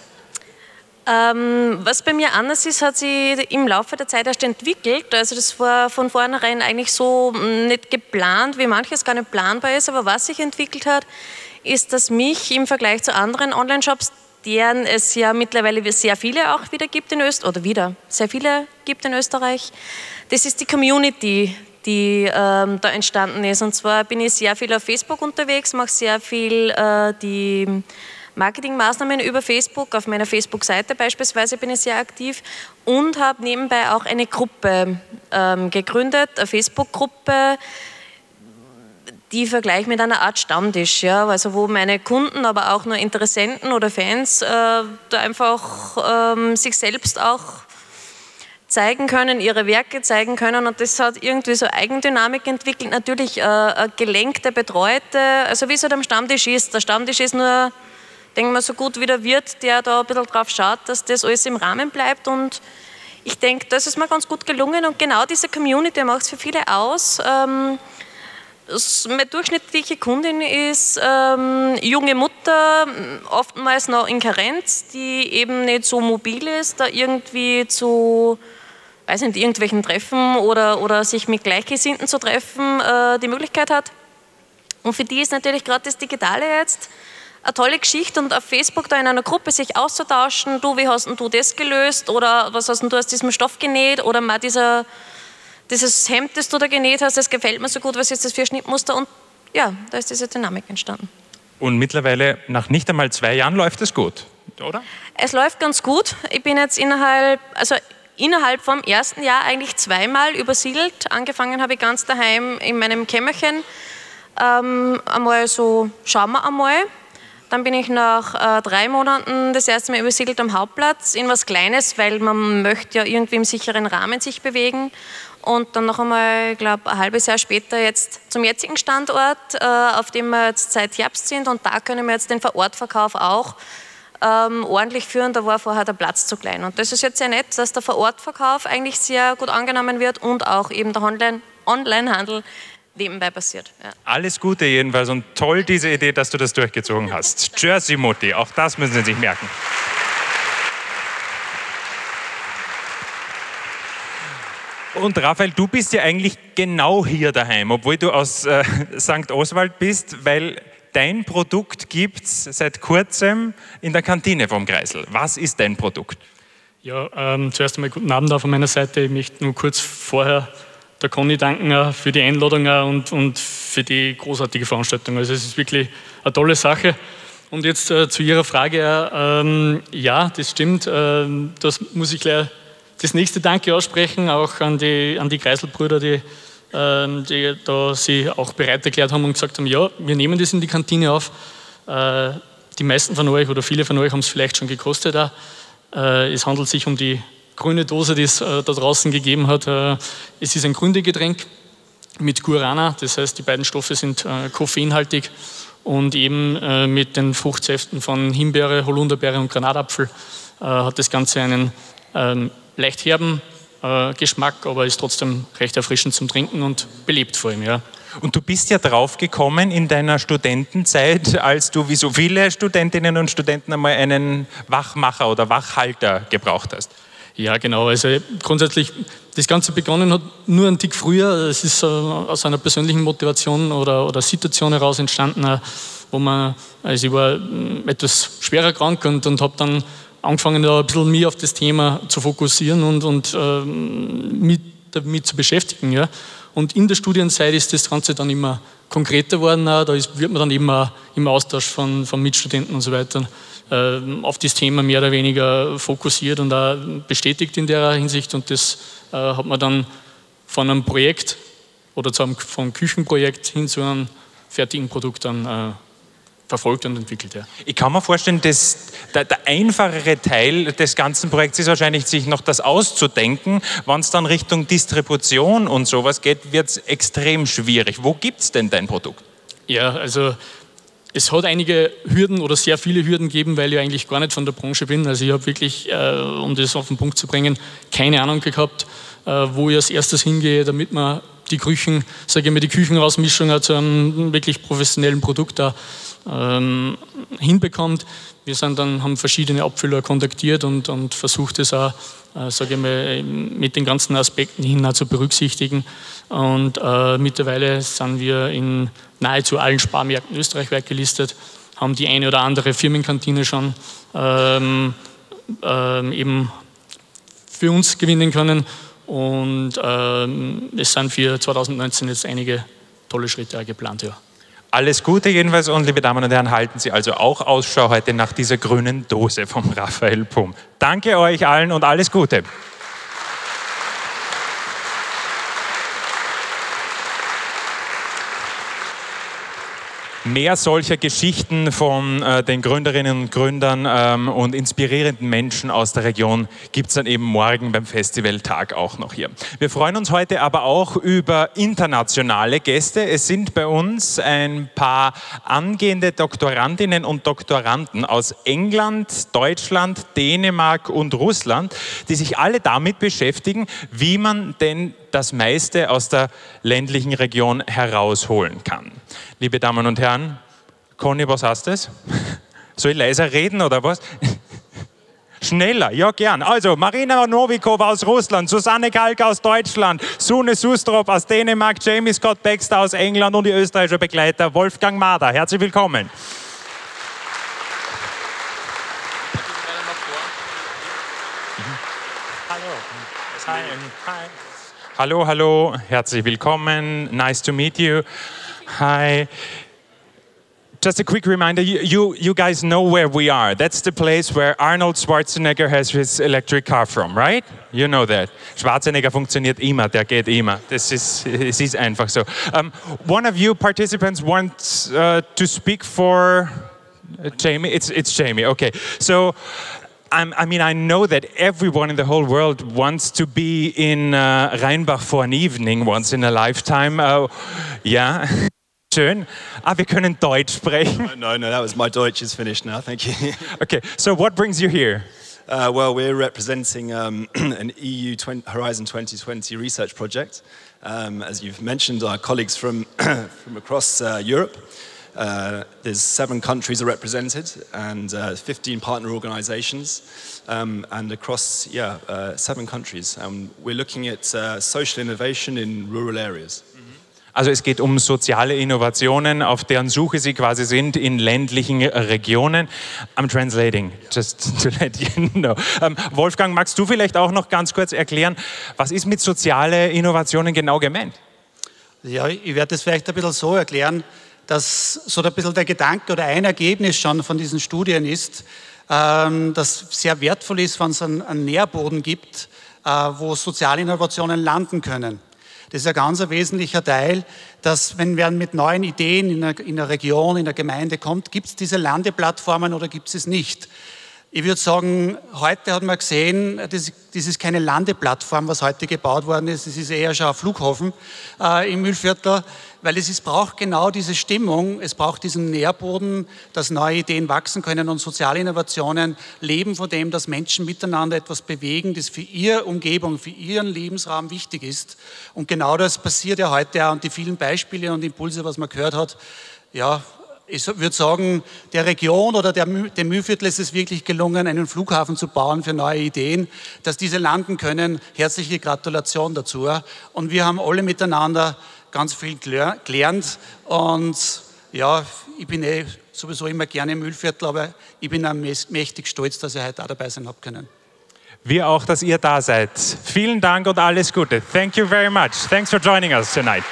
Was bei mir anders ist, hat sich im Laufe der Zeit erst entwickelt. Also das war von vornherein eigentlich so nicht geplant, wie manches gar nicht planbar ist. Aber was sich entwickelt hat, ist, dass mich im Vergleich zu anderen Online-Shops, deren es ja mittlerweile sehr viele auch wieder gibt in Österreich, oder wieder sehr viele gibt in Österreich, das ist die Community, die da entstanden ist. Und zwar bin ich sehr viel auf Facebook unterwegs, mache sehr viel die Marketingmaßnahmen über Facebook. Auf meiner Facebook-Seite beispielsweise bin ich sehr aktiv und habe nebenbei auch eine Gruppe gegründet, eine Facebook-Gruppe, die vergleiche mit einer Art Stammtisch, ja, also wo meine Kunden, aber auch nur Interessenten oder Fans da einfach sich selbst auch zeigen können, ihre Werke zeigen können, und das hat irgendwie so Eigendynamik entwickelt, natürlich gelenkte, betreute, also wie es halt am Stammtisch ist. Der Stammtisch ist nur, denke mal, so gut wie der Wirt, der da ein bisschen drauf schaut, dass das alles im Rahmen bleibt, und ich denke, das ist mir ganz gut gelungen, und genau diese Community macht es für viele aus. Meine durchschnittliche Kundin ist junge Mutter, oftmals noch in Karenz, die eben nicht so mobil ist, da irgendwie zu, weiß nicht, irgendwelchen Treffen oder sich mit Gleichgesinnten zu treffen, die Möglichkeit hat. Und für die ist natürlich gerade das Digitale jetzt eine tolle Geschichte, und auf Facebook da in einer Gruppe sich auszutauschen, du, wie hast denn du das gelöst, oder was hast denn du aus diesem Stoff genäht, oder mal dieses Hemd, das du da genäht hast, das gefällt mir so gut, was ist das für ein Schnittmuster, und ja, da ist diese Dynamik entstanden. Und mittlerweile, nach nicht einmal 2 Jahren, läuft es gut, oder? Es läuft ganz gut. Ich bin jetzt innerhalb vom ersten Jahr eigentlich 2-mal übersiedelt. Angefangen habe ich ganz daheim in meinem Kämmerchen. Einmal so, schauen wir einmal. Dann bin ich nach 3 Monaten das erste Mal übersiedelt am Hauptplatz in was Kleines, weil man möchte ja irgendwie im sicheren Rahmen sich bewegen. Und dann noch einmal, ich glaube, ein halbes Jahr später jetzt zum jetzigen Standort, auf dem wir jetzt seit Herbst sind. Und da können wir jetzt den Vorortverkauf auch ordentlich führen. Da war vorher der Platz zu klein. Und das ist jetzt sehr nett, dass der Vorortverkauf eigentlich sehr gut angenommen wird und auch eben der Onlinehandel nebenbei passiert. Ja. Alles Gute jedenfalls, und toll diese Idee, dass du das durchgezogen hast. Jersey Mutti, auch das müssen Sie sich merken. Und Raphael, du bist ja eigentlich genau hier daheim, obwohl du aus St. Oswald bist, weil dein Produkt gibt es seit kurzem in der Kantine vom Kreisel. Was ist dein Produkt? Ja, zuerst einmal guten Abend auch von meiner Seite. Ich möchte nur kurz vorher der Conny danken für die Einladung und für die großartige Veranstaltung. Also es ist wirklich eine tolle Sache. Und jetzt zu Ihrer Frage, ja, das stimmt, das muss ich gleich das nächste Danke aussprechen, auch an die Kreiselbrüder, die da sich auch bereit erklärt haben und gesagt haben, ja, wir nehmen das in die Kantine auf. Die meisten von euch oder viele von euch haben es vielleicht schon gekostet. Es handelt sich um die grüne Dose, die es da draußen gegeben hat. Es ist ein Gründegetränk mit Guarana, das heißt, die beiden Stoffe sind koffeinhaltig und eben mit den Fruchtsäften von Himbeere, Holunderbeere und Granatapfel hat das Ganze einen leicht herben Geschmack, aber ist trotzdem recht erfrischend zum Trinken und belebt vor allem, ja. Und du bist ja drauf gekommen in deiner Studentenzeit, als du wie so viele Studentinnen und Studenten einmal einen Wachmacher oder Wachhalter gebraucht hast. Ja, genau. Also grundsätzlich, das Ganze begonnen hat nur einen Tick früher. Es ist aus einer persönlichen Motivation oder Situation heraus entstanden, wo ich war etwas schwerer krank und habe dann angefangen, da ein bisschen mich auf das Thema zu fokussieren und mich damit zu beschäftigen. Ja. Und in der Studienzeit ist das Ganze dann immer konkreter geworden. Da wird man dann immer im Austausch von Mitstudenten und so weiter auf das Thema mehr oder weniger fokussiert und auch bestätigt in der Hinsicht. Und das hat man dann von einem Projekt oder vom Küchenprojekt hin zu einem fertigen Produkt dann verfolgt und entwickelt. Ja. Ich kann mir vorstellen, dass der einfachere Teil des ganzen Projekts ist wahrscheinlich, sich noch das auszudenken. Wenn es dann Richtung Distribution und sowas geht, wird es extrem schwierig. Wo gibt es denn dein Produkt? Ja, also es hat einige Hürden oder sehr viele Hürden gegeben, weil ich eigentlich gar nicht von der Branche bin. Also ich habe wirklich, um das auf den Punkt zu bringen, keine Ahnung gehabt, wo ich als erstes hingehe, damit man die Küchen, sage ich mal, die Küchenausmischung zu einem wirklich professionellen Produkt da hinbekommt. Wir haben verschiedene Abfüller kontaktiert und versucht es auch, sage ich mal, mit den ganzen Aspekten hin zu berücksichtigen. Und mittlerweile sind wir in nahezu allen Sparmärkten österreichweit gelistet, haben die eine oder andere Firmenkantine schon eben für uns gewinnen können. Und es sind für 2019 jetzt einige tolle Schritte geplant. Ja. Alles Gute jedenfalls und liebe Damen und Herren, halten Sie also auch Ausschau heute nach dieser grünen Dose vom Raphael Pumm. Danke euch allen und alles Gute. Mehr solcher Geschichten von den Gründerinnen und Gründern und inspirierenden Menschen aus der Region gibt es dann eben morgen beim Festivaltag auch noch hier. Wir freuen uns heute aber auch über internationale Gäste. Es sind bei uns ein paar angehende Doktorandinnen und Doktoranden aus England, Deutschland, Dänemark und Russland, die sich alle damit beschäftigen, wie man denn das meiste aus der ländlichen Region herausholen kann. Liebe Damen und Herren, Conny, was heißt das? Soll ich leiser reden oder was? Schneller, ja gern. Also Marina Novikova aus Russland, Susanne Kalk aus Deutschland, Sune Sustrop aus Dänemark, Jamie Scott Baxter aus England und die österreichische Begleiter Wolfgang Mader. Herzlich willkommen. Hallo, hallo, herzlich willkommen. Nice to meet you. Hi. Just a quick reminder, you guys know where we are. That's the place where Arnold Schwarzenegger has his electric car from, right? You know that. Schwarzenegger funktioniert immer, der geht immer. Es ist einfach so. One of you participants wants to speak for Jamie. It's Jamie, okay. So, I know that everyone in the whole world wants to be in Rheinbach for an evening once in a lifetime. Yeah. Schön. Wir können Deutsch sprechen. No, that was my Deutsch is finished now, thank you. Okay, so what brings you here? Well, we're representing an EU Horizon 2020 research project. As you've mentioned, our colleagues from across Europe. There's 7 countries are represented and 15 partner organizations and across 7 countries. We're looking at social innovation in rural areas. Also es geht um soziale Innovationen, auf deren Suche Sie quasi sind in ländlichen Regionen. I'm translating, just to let you know. Wolfgang, magst du vielleicht auch noch ganz kurz erklären, was ist mit sozialen Innovationen genau gemeint? Ja, ich werde das vielleicht ein bisschen so erklären, dass so ein bisschen der Gedanke oder ein Ergebnis schon von diesen Studien ist, dass sehr wertvoll ist, wenn es einen Nährboden gibt, wo soziale Innovationen landen können. Das ist ein ganz wesentlicher Teil, dass wenn man mit neuen Ideen in der Region, in der Gemeinde kommt, gibt es diese Landeplattformen oder gibt es es nicht? Ich würde sagen, heute hat man gesehen, das ist keine Landeplattform, was heute gebaut worden ist, das ist eher schon ein Flughafen im Mühlviertel, weil braucht genau diese Stimmung, es braucht diesen Nährboden, dass neue Ideen wachsen können und soziale Innovationen leben von dem, dass Menschen miteinander etwas bewegen, das für ihre Umgebung, für ihren Lebensraum wichtig ist. Und genau das passiert ja heute auch und die vielen Beispiele und Impulse, was man gehört hat, ja, ich würde sagen, der Region oder dem Mühlviertel ist es wirklich gelungen, einen Flughafen zu bauen für neue Ideen, dass diese landen können. Herzliche Gratulation dazu. Und wir haben alle miteinander ganz viel gelernt. Und ja, ich bin sowieso immer gerne im Mühlviertel, aber ich bin auch mächtig stolz, dass ich heute auch dabei sein habe können. Wir auch, dass ihr da seid. Vielen Dank und alles Gute. Thank you very much. Thanks for joining us tonight.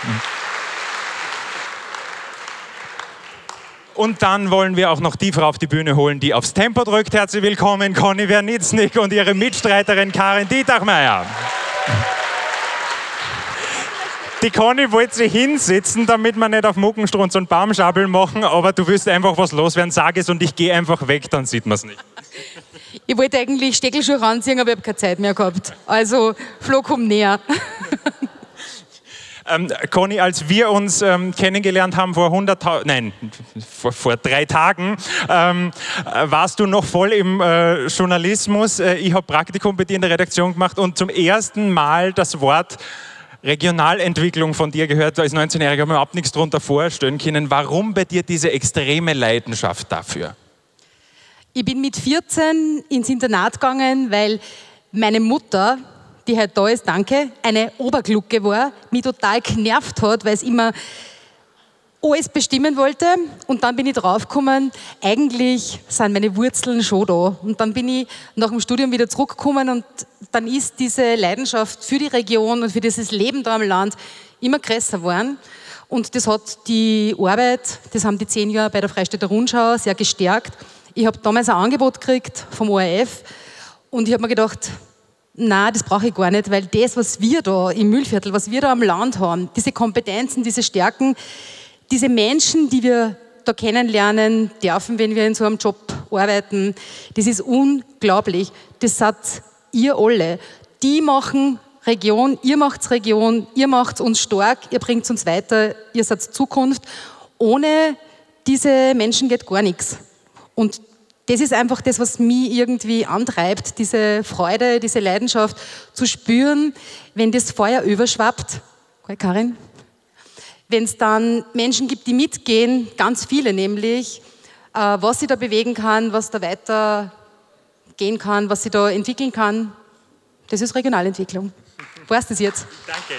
Und dann wollen wir auch noch die Frau auf die Bühne holen, die aufs Tempo drückt. Herzlich willkommen, Conny Wernitznik und ihre Mitstreiterin Karin Dietachmeier. Die Conny wollte sich hinsetzen, damit wir nicht auf Muckenstrunz und Baumschabel machen, aber du willst einfach was loswerden, sag es und ich gehe einfach weg, dann sieht man es nicht. Ich wollte eigentlich Steckelschuhe ranziehen, aber ich habe keine Zeit mehr gehabt. Also, Flo, komm näher. Conny, als wir uns kennengelernt haben vor 3 Tagen, warst du noch voll im Journalismus. Ich habe Praktikum bei dir in der Redaktion gemacht und zum ersten Mal das Wort Regionalentwicklung von dir gehört. Als 19-Jähriger habe ich mir überhaupt nichts darunter vorstellen können. Warum bei dir diese extreme Leidenschaft dafür? Ich bin mit 14 ins Internat gegangen, weil meine Mutter, die heute da ist, danke, eine Oberglucke war, mich total genervt hat, weil es immer alles bestimmen wollte. Und dann bin ich draufgekommen, eigentlich sind meine Wurzeln schon da. Und dann bin ich nach dem Studium wieder zurückgekommen und dann ist diese Leidenschaft für die Region und für dieses Leben da am Land immer größer geworden. Und das hat die Arbeit, das haben die 10 Jahre bei der Freistädter Rundschau sehr gestärkt. Ich habe damals ein Angebot gekriegt vom ORF und ich habe mir gedacht, nein, das brauche ich gar nicht, weil das, was wir da im Mühlviertel, was wir da am Land haben, diese Kompetenzen, diese Stärken, diese Menschen, die wir da kennenlernen dürfen, wenn wir in so einem Job arbeiten, das ist unglaublich. Das seid ihr alle. Die machen Region, ihr macht's Region, ihr macht's uns stark, ihr bringt uns weiter, ihr seid Zukunft. Ohne diese Menschen geht gar nichts. Und das ist einfach das, was mich irgendwie antreibt, diese Freude, diese Leidenschaft zu spüren, wenn das Feuer überschwappt. Karin? Wenn es dann Menschen gibt, die mitgehen, ganz viele nämlich, was sie da bewegen kann, was da weitergehen kann, was sie da entwickeln kann, das ist Regionalentwicklung. Weißt du das jetzt? Danke.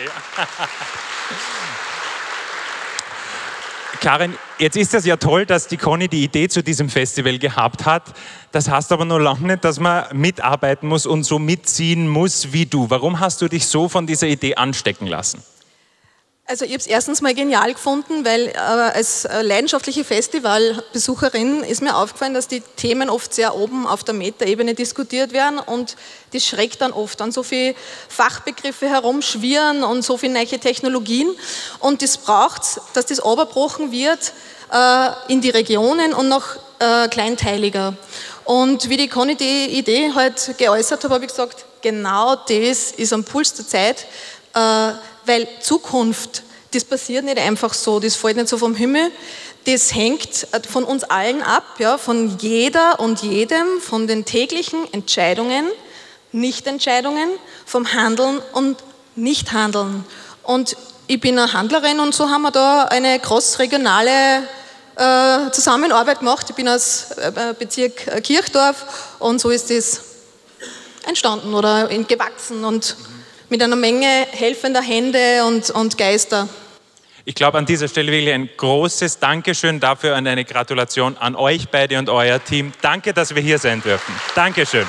Karin, jetzt ist das ja toll, dass die Conny die Idee zu diesem Festival gehabt hat. Das heißt aber nur lange nicht, dass man mitarbeiten muss und so mitziehen muss wie du. Warum hast du dich so von dieser Idee anstecken lassen? Also ich habe es erstens mal genial gefunden, weil als leidenschaftliche Festivalbesucherin ist mir aufgefallen, dass die Themen oft sehr oben auf der Metaebene diskutiert werden und das schreckt dann oft an so viele Fachbegriffe herumschwirren und so viele neue Technologien und das braucht es, dass das runtergebrochen wird in die Regionen und noch kleinteiliger. Und wie die Conny die Idee halt geäußert hat, habe ich gesagt, genau das ist am Puls der Zeit, weil Zukunft, das passiert nicht einfach so, das fällt nicht so vom Himmel, das hängt von uns allen ab, ja, von jeder und jedem, von den täglichen Entscheidungen, Nichtentscheidungen, vom Handeln und Nichthandeln. Und ich bin eine Handlerin und so haben wir da eine großregionale Zusammenarbeit gemacht. Ich bin aus Bezirk Kirchdorf und so ist das entstanden oder gewachsen und mit einer Menge helfender Hände und Geister. Ich glaube, an dieser Stelle wirklich ein großes Dankeschön dafür und eine Gratulation an euch beide und euer Team. Danke, dass wir hier sein dürfen. Dankeschön.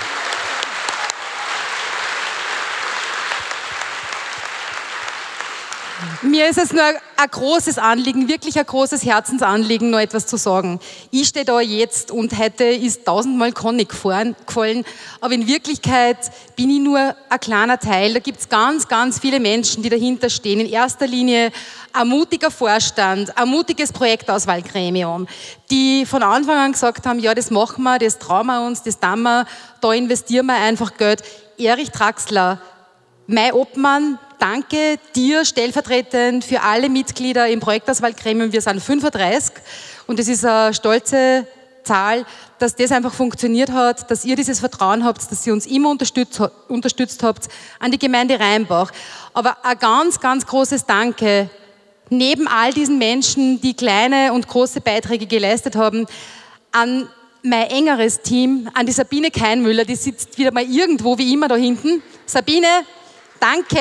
Mir ist es nur ein großes Anliegen, wirklich ein großes Herzensanliegen, noch etwas zu sagen. Ich stehe da jetzt und heute ist 1000-mal Conny gefallen, aber in Wirklichkeit bin ich nur ein kleiner Teil. Da gibt es ganz, ganz viele Menschen, die dahinter stehen. In erster Linie ein mutiger Vorstand, ein mutiges Projektauswahlgremium, die von Anfang an gesagt haben, ja, das machen wir, das trauen wir uns, das tun wir, da investieren wir einfach Geld. Erich Traxler, mein Obmann, danke dir stellvertretend für alle Mitglieder im Projektauswahlgremium. Wir sind 35 und es ist eine stolze Zahl, dass das einfach funktioniert hat, dass ihr dieses Vertrauen habt, dass ihr uns immer unterstützt habt an die Gemeinde Rheinbach. Aber ein ganz, ganz großes Danke neben all diesen Menschen, die kleine und große Beiträge geleistet haben, an mein engeres Team, an die Sabine Keinmüller, die sitzt wieder mal irgendwo wie immer da hinten. Sabine, danke.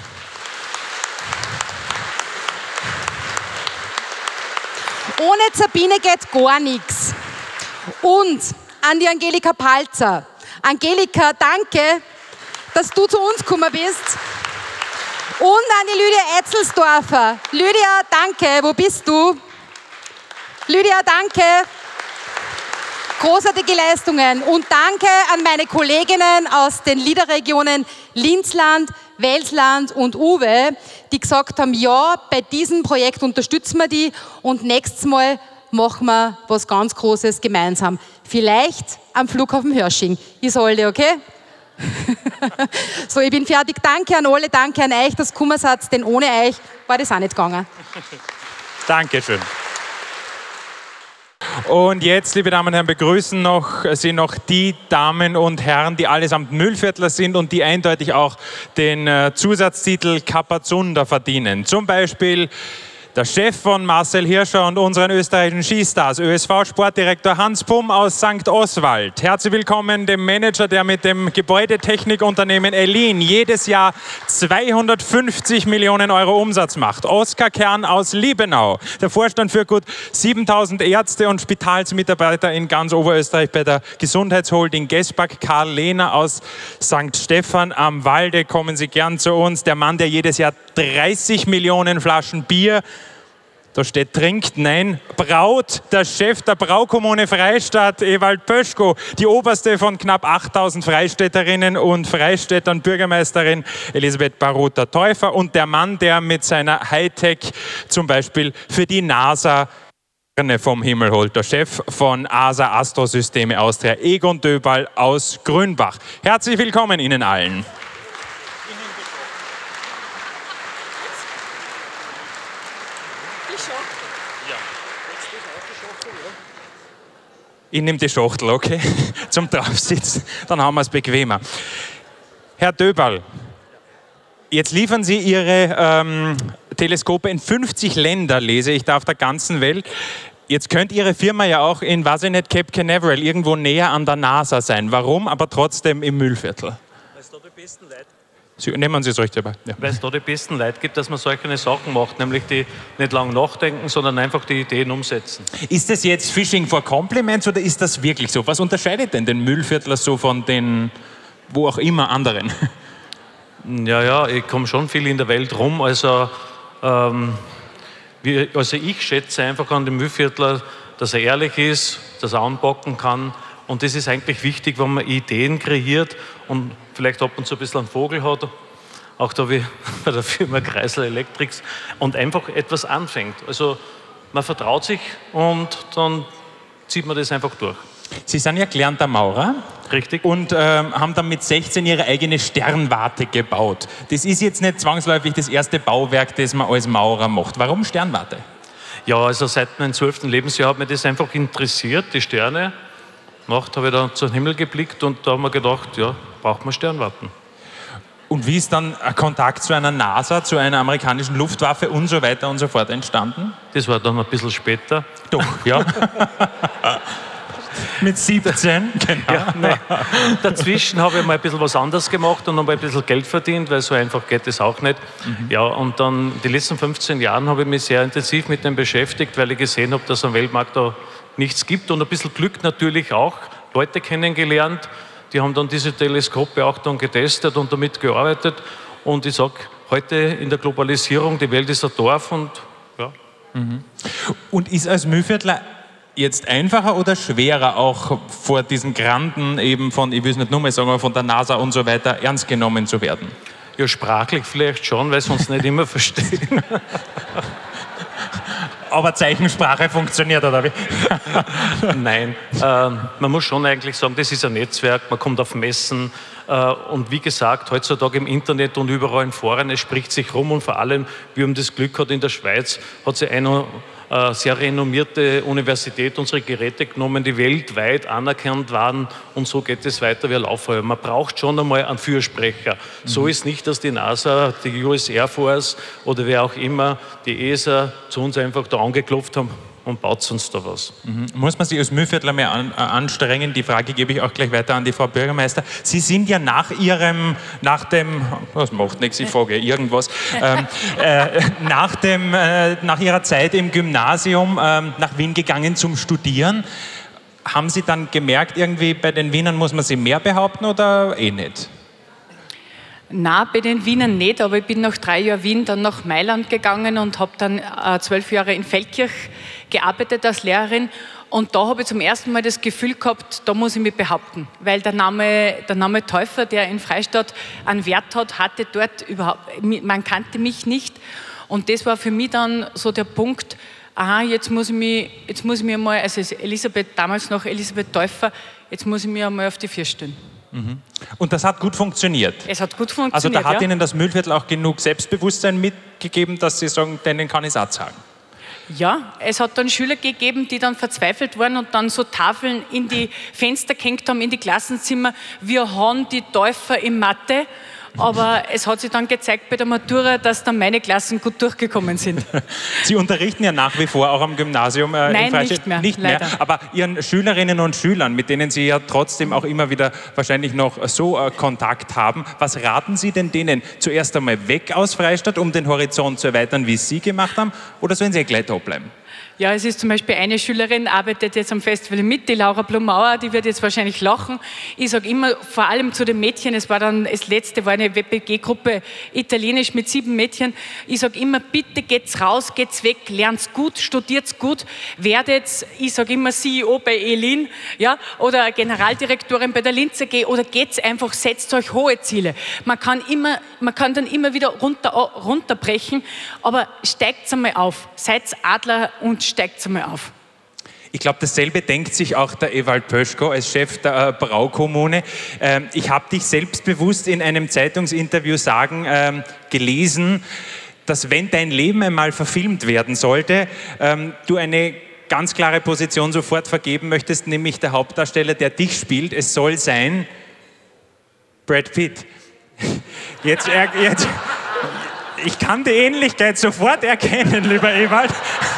Ohne Sabine geht gar nichts. Und an die Angelika Palzer. Angelika, danke, dass du zu uns gekommen bist. Und an die Lydia Etzelsdorfer. Lydia, danke, wo bist du? Lydia, danke. Großartige Leistungen. Und danke an meine Kolleginnen aus den Liederregionen Linzland, Welsland und Uwe, die gesagt haben, ja, bei diesem Projekt unterstützen wir die und nächstes Mal machen wir was ganz Großes gemeinsam. Vielleicht am Flughafen Hörsching. Ist alle okay? So, ich bin fertig. Danke an alle, danke an euch, dass ihr gekommen seid, denn ohne euch war das auch nicht gegangen. Dankeschön. Und jetzt, liebe Damen und Herren, begrüßen Sie noch die Damen und Herren, die allesamt Müllviertler sind und die eindeutig auch den Zusatztitel Kapazunder verdienen. Zum Beispiel der Chef von Marcel Hirscher und unseren österreichischen Skistars, ÖSV-Sportdirektor Hans Pumm aus St. Oswald. Herzlich willkommen dem Manager, der mit dem Gebäudetechnikunternehmen Elin jedes Jahr 250 Millionen Euro Umsatz macht. Oskar Kern aus Liebenau, der Vorstand für gut 7000 Ärzte und Spitalsmitarbeiter in ganz Oberösterreich bei der Gesundheitsholding Gesbach. Karl Lehner aus St. Stephan am Walde, kommen Sie gern zu uns. Der Mann, der jedes Jahr 30 Millionen Flaschen Bier, da steht trinkt, nein, braut, der Chef der Braukommune Freistadt, Ewald Pöschko, die oberste von knapp 8000 Freistädterinnen und Freistädtern, Bürgermeisterin Elisabeth Baruta-Täufer und der Mann, der mit seiner Hightech zum Beispiel für die NASA vom Himmel holt, der Chef von ASA Astrosysteme Austria, Egon Döbal aus Grünbach. Herzlich willkommen Ihnen allen. Ich nehme die Schachtel, okay, zum Draufsitzen, dann haben wir es bequemer. Herr Döbal, jetzt liefern Sie Ihre Teleskope in 50 Länder, lese ich da auf der ganzen Welt. Jetzt könnte Ihre Firma ja auch in, weiß ich nicht, Cape Canaveral, irgendwo näher an der NASA sein. Warum aber trotzdem im Müllviertel? Weil es da die besten Leute nehmen Sie es ruhig dabei. Ja. Weil es da die besten Leute gibt, dass man solche Sachen macht, nämlich die nicht lang nachdenken, sondern einfach die Ideen umsetzen. Ist das jetzt Fishing for Compliments oder ist das wirklich so? Was unterscheidet denn den Müllviertler so von den, wo auch immer, anderen? Ja, ich komme schon viel in der Welt rum, also ich schätze einfach an den Müllviertler, dass er ehrlich ist, dass er anpacken kann. Und das ist eigentlich wichtig, wenn man Ideen kreiert und vielleicht ab und zu ein bisschen einen Vogel hat, auch da wie bei der Firma Kreisler Electrics, und einfach etwas anfängt. Also man vertraut sich und dann zieht man das einfach durch. Sie sind ja gelernter Maurer. Richtig. Und haben dann mit 16 Ihre eigene Sternwarte gebaut. Das ist jetzt nicht zwangsläufig das erste Bauwerk, das man als Maurer macht. Warum Sternwarte? Ja, also seit meinem 12. Lebensjahr hat mich das einfach interessiert, die Sterne. Nacht habe ich dann zum Himmel geblickt und da haben wir gedacht, ja, braucht man Sternwarten. Und wie ist dann ein Kontakt zu einer NASA, zu einer amerikanischen Luftwaffe und so weiter und so fort entstanden? Das war dann ein bisschen später. Doch, ja. Mit 17, genau. Ja, nein. Dazwischen habe ich mal ein bisschen was anderes gemacht und noch ein bisschen Geld verdient, weil so einfach geht es auch nicht. Ja, und dann die letzten 15 Jahre habe ich mich sehr intensiv mit dem beschäftigt, weil ich gesehen habe, dass am Weltmarkt da nichts gibt und ein bisschen Glück natürlich auch. Leute kennengelernt, die haben dann diese Teleskope auch dann getestet und damit gearbeitet. Und ich sage, heute in der Globalisierung, die Welt ist ein Dorf und ja. Und ist als Müllviertler jetzt einfacher oder schwerer auch vor diesen Granden eben von, ich will es nicht nur mal sagen, aber von der NASA und so weiter ernst genommen zu werden? Ja, sprachlich vielleicht schon, weil sie uns nicht immer verstehen. Aber Zeichensprache funktioniert, oder wie? Nein, man muss schon eigentlich sagen, das ist ein Netzwerk, man kommt auf Messen und wie gesagt, heutzutage im Internet und überall in Foren, es spricht sich rum und vor allem, wir haben das Glück gehabt, in der Schweiz hat sie eine sehr renommierte Universität unsere Geräte genommen, die weltweit anerkannt waren und so geht es weiter wie ein Lauffeuer. Man braucht schon einmal einen Fürsprecher. So ist nicht, dass die NASA, die US Air Force oder wer auch immer, die ESA zu uns einfach da angeklopft haben und baut uns da was. Muss man sich als Müllviertler mehr anstrengen? Die Frage gebe ich auch gleich weiter an die Frau Bürgermeister. Sie sind ja nach Ihrer Zeit im Gymnasium nach Wien gegangen zum Studieren. Haben Sie dann gemerkt, irgendwie bei den Wienern muss man sich mehr behaupten oder eh nicht? Nein, bei den Wienern nicht, aber ich bin nach 3 Jahren Wien dann nach Mailand gegangen und habe dann 12 Jahre in Feldkirch gearbeitet als Lehrerin Und da habe ich zum ersten Mal das Gefühl gehabt, da muss ich mich behaupten. Weil der Name Täufer, der in Freistadt einen Wert hat, hatte dort überhaupt, man kannte mich nicht. Und das war für mich dann so der Punkt, aha, jetzt muss ich mich einmal, also damals noch Elisabeth Täufer, jetzt muss ich mich einmal auf die Füße stellen. Und das hat gut funktioniert? Es hat gut funktioniert, also da hat ja. Ihnen das Mühlviertel auch genug Selbstbewusstsein mitgegeben, dass Sie sagen, denen kann ich es auch sagen? Ja, es hat dann Schüler gegeben, die dann verzweifelt waren und dann so Tafeln in die Fenster gehängt haben, in die Klassenzimmer. Wir haben die Täufer in Mathe. Aber es hat sich dann gezeigt bei der Matura, dass dann meine Klassen gut durchgekommen sind. Sie unterrichten ja nach wie vor auch am Gymnasium in Freistadt. Nicht mehr, leider. Aber Ihren Schülerinnen und Schülern, mit denen Sie ja trotzdem auch immer wieder wahrscheinlich noch so Kontakt haben, was raten Sie denn denen? Zuerst einmal weg aus Freistadt, um den Horizont zu erweitern, wie es Sie gemacht haben, oder sollen Sie gleich da bleiben? Ja, es ist zum Beispiel eine Schülerin, arbeitet jetzt am Festival mit, die Laura Blumauer, die wird jetzt wahrscheinlich lachen. Ich sage immer, vor allem zu den Mädchen, es war dann, das letzte war eine WPG-Gruppe Italienisch mit 7 Mädchen. Ich sage immer, bitte geht's raus, geht's weg, lernt's gut, studiert's gut, werdet's, ich sage immer CEO bei Elin, ja, oder Generaldirektorin bei der Linz AG, oder geht's einfach, setzt euch hohe Ziele. Man kann dann immer wieder runterbrechen, aber steigt's einmal auf, seid's Adler und steigt einmal auf. Ich glaube, dasselbe denkt sich auch der Ewald Pöschko als Chef der Braukommune. Ich habe dich selbstbewusst in einem Zeitungsinterview gelesen, dass wenn dein Leben einmal verfilmt werden sollte, du eine ganz klare Position sofort vergeben möchtest, nämlich der Hauptdarsteller, der dich spielt. Es soll sein Brad Pitt. Jetzt ich kann die Ähnlichkeit sofort erkennen, lieber Ewald.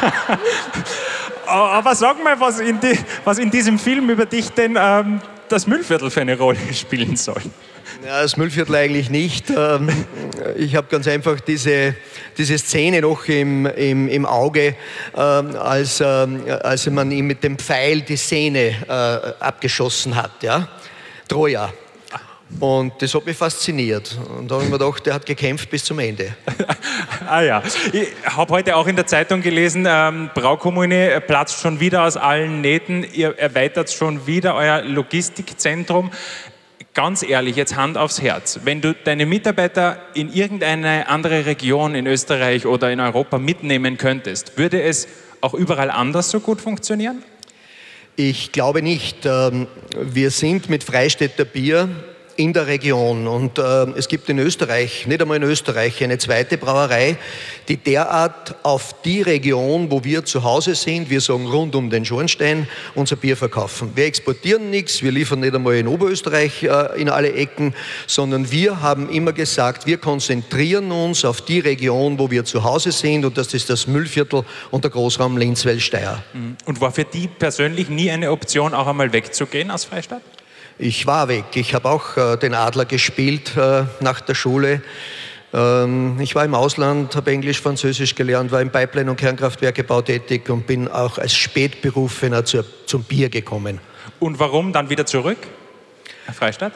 Aber sag mal, was in diesem Film über dich denn das Mühlviertel für eine Rolle spielen soll. Ja, das Mühlviertel eigentlich nicht. Ich habe ganz einfach diese Szene noch im Auge, als man ihm mit dem Pfeil die Sehne abgeschossen hat. Ja? Troja. Und das hat mich fasziniert. Und da habe ich mir gedacht, der hat gekämpft bis zum Ende. Ah ja. Ich habe heute auch in der Zeitung gelesen, Braukommune platzt schon wieder aus allen Nähten. Ihr erweitert schon wieder euer Logistikzentrum. Ganz ehrlich, jetzt Hand aufs Herz. Wenn du deine Mitarbeiter in irgendeine andere Region in Österreich oder in Europa mitnehmen könntest, würde es auch überall anders so gut funktionieren? Ich glaube nicht. Wir sind mit Freistädter Bier in der Region. Und es gibt in Österreich, nicht einmal in Österreich, eine zweite Brauerei, die derart auf die Region, wo wir zu Hause sind, wir sagen rund um den Schornstein, unser Bier verkaufen. Wir exportieren nichts, wir liefern nicht einmal in Oberösterreich in alle Ecken, sondern wir haben immer gesagt, wir konzentrieren uns auf die Region, wo wir zu Hause sind, und das ist das Mühlviertel und der Großraum Linz-Wels-Steyr. Und war für die persönlich nie eine Option, auch einmal wegzugehen aus Freistadt? Ich war weg. Ich habe auch den Adler gespielt nach der Schule. Ich war im Ausland, habe Englisch, Französisch gelernt, war im Pipeline- und Kernkraftwerkebau tätig und bin auch als Spätberufener zum Bier gekommen. Und warum dann wieder zurück nach Freistadt?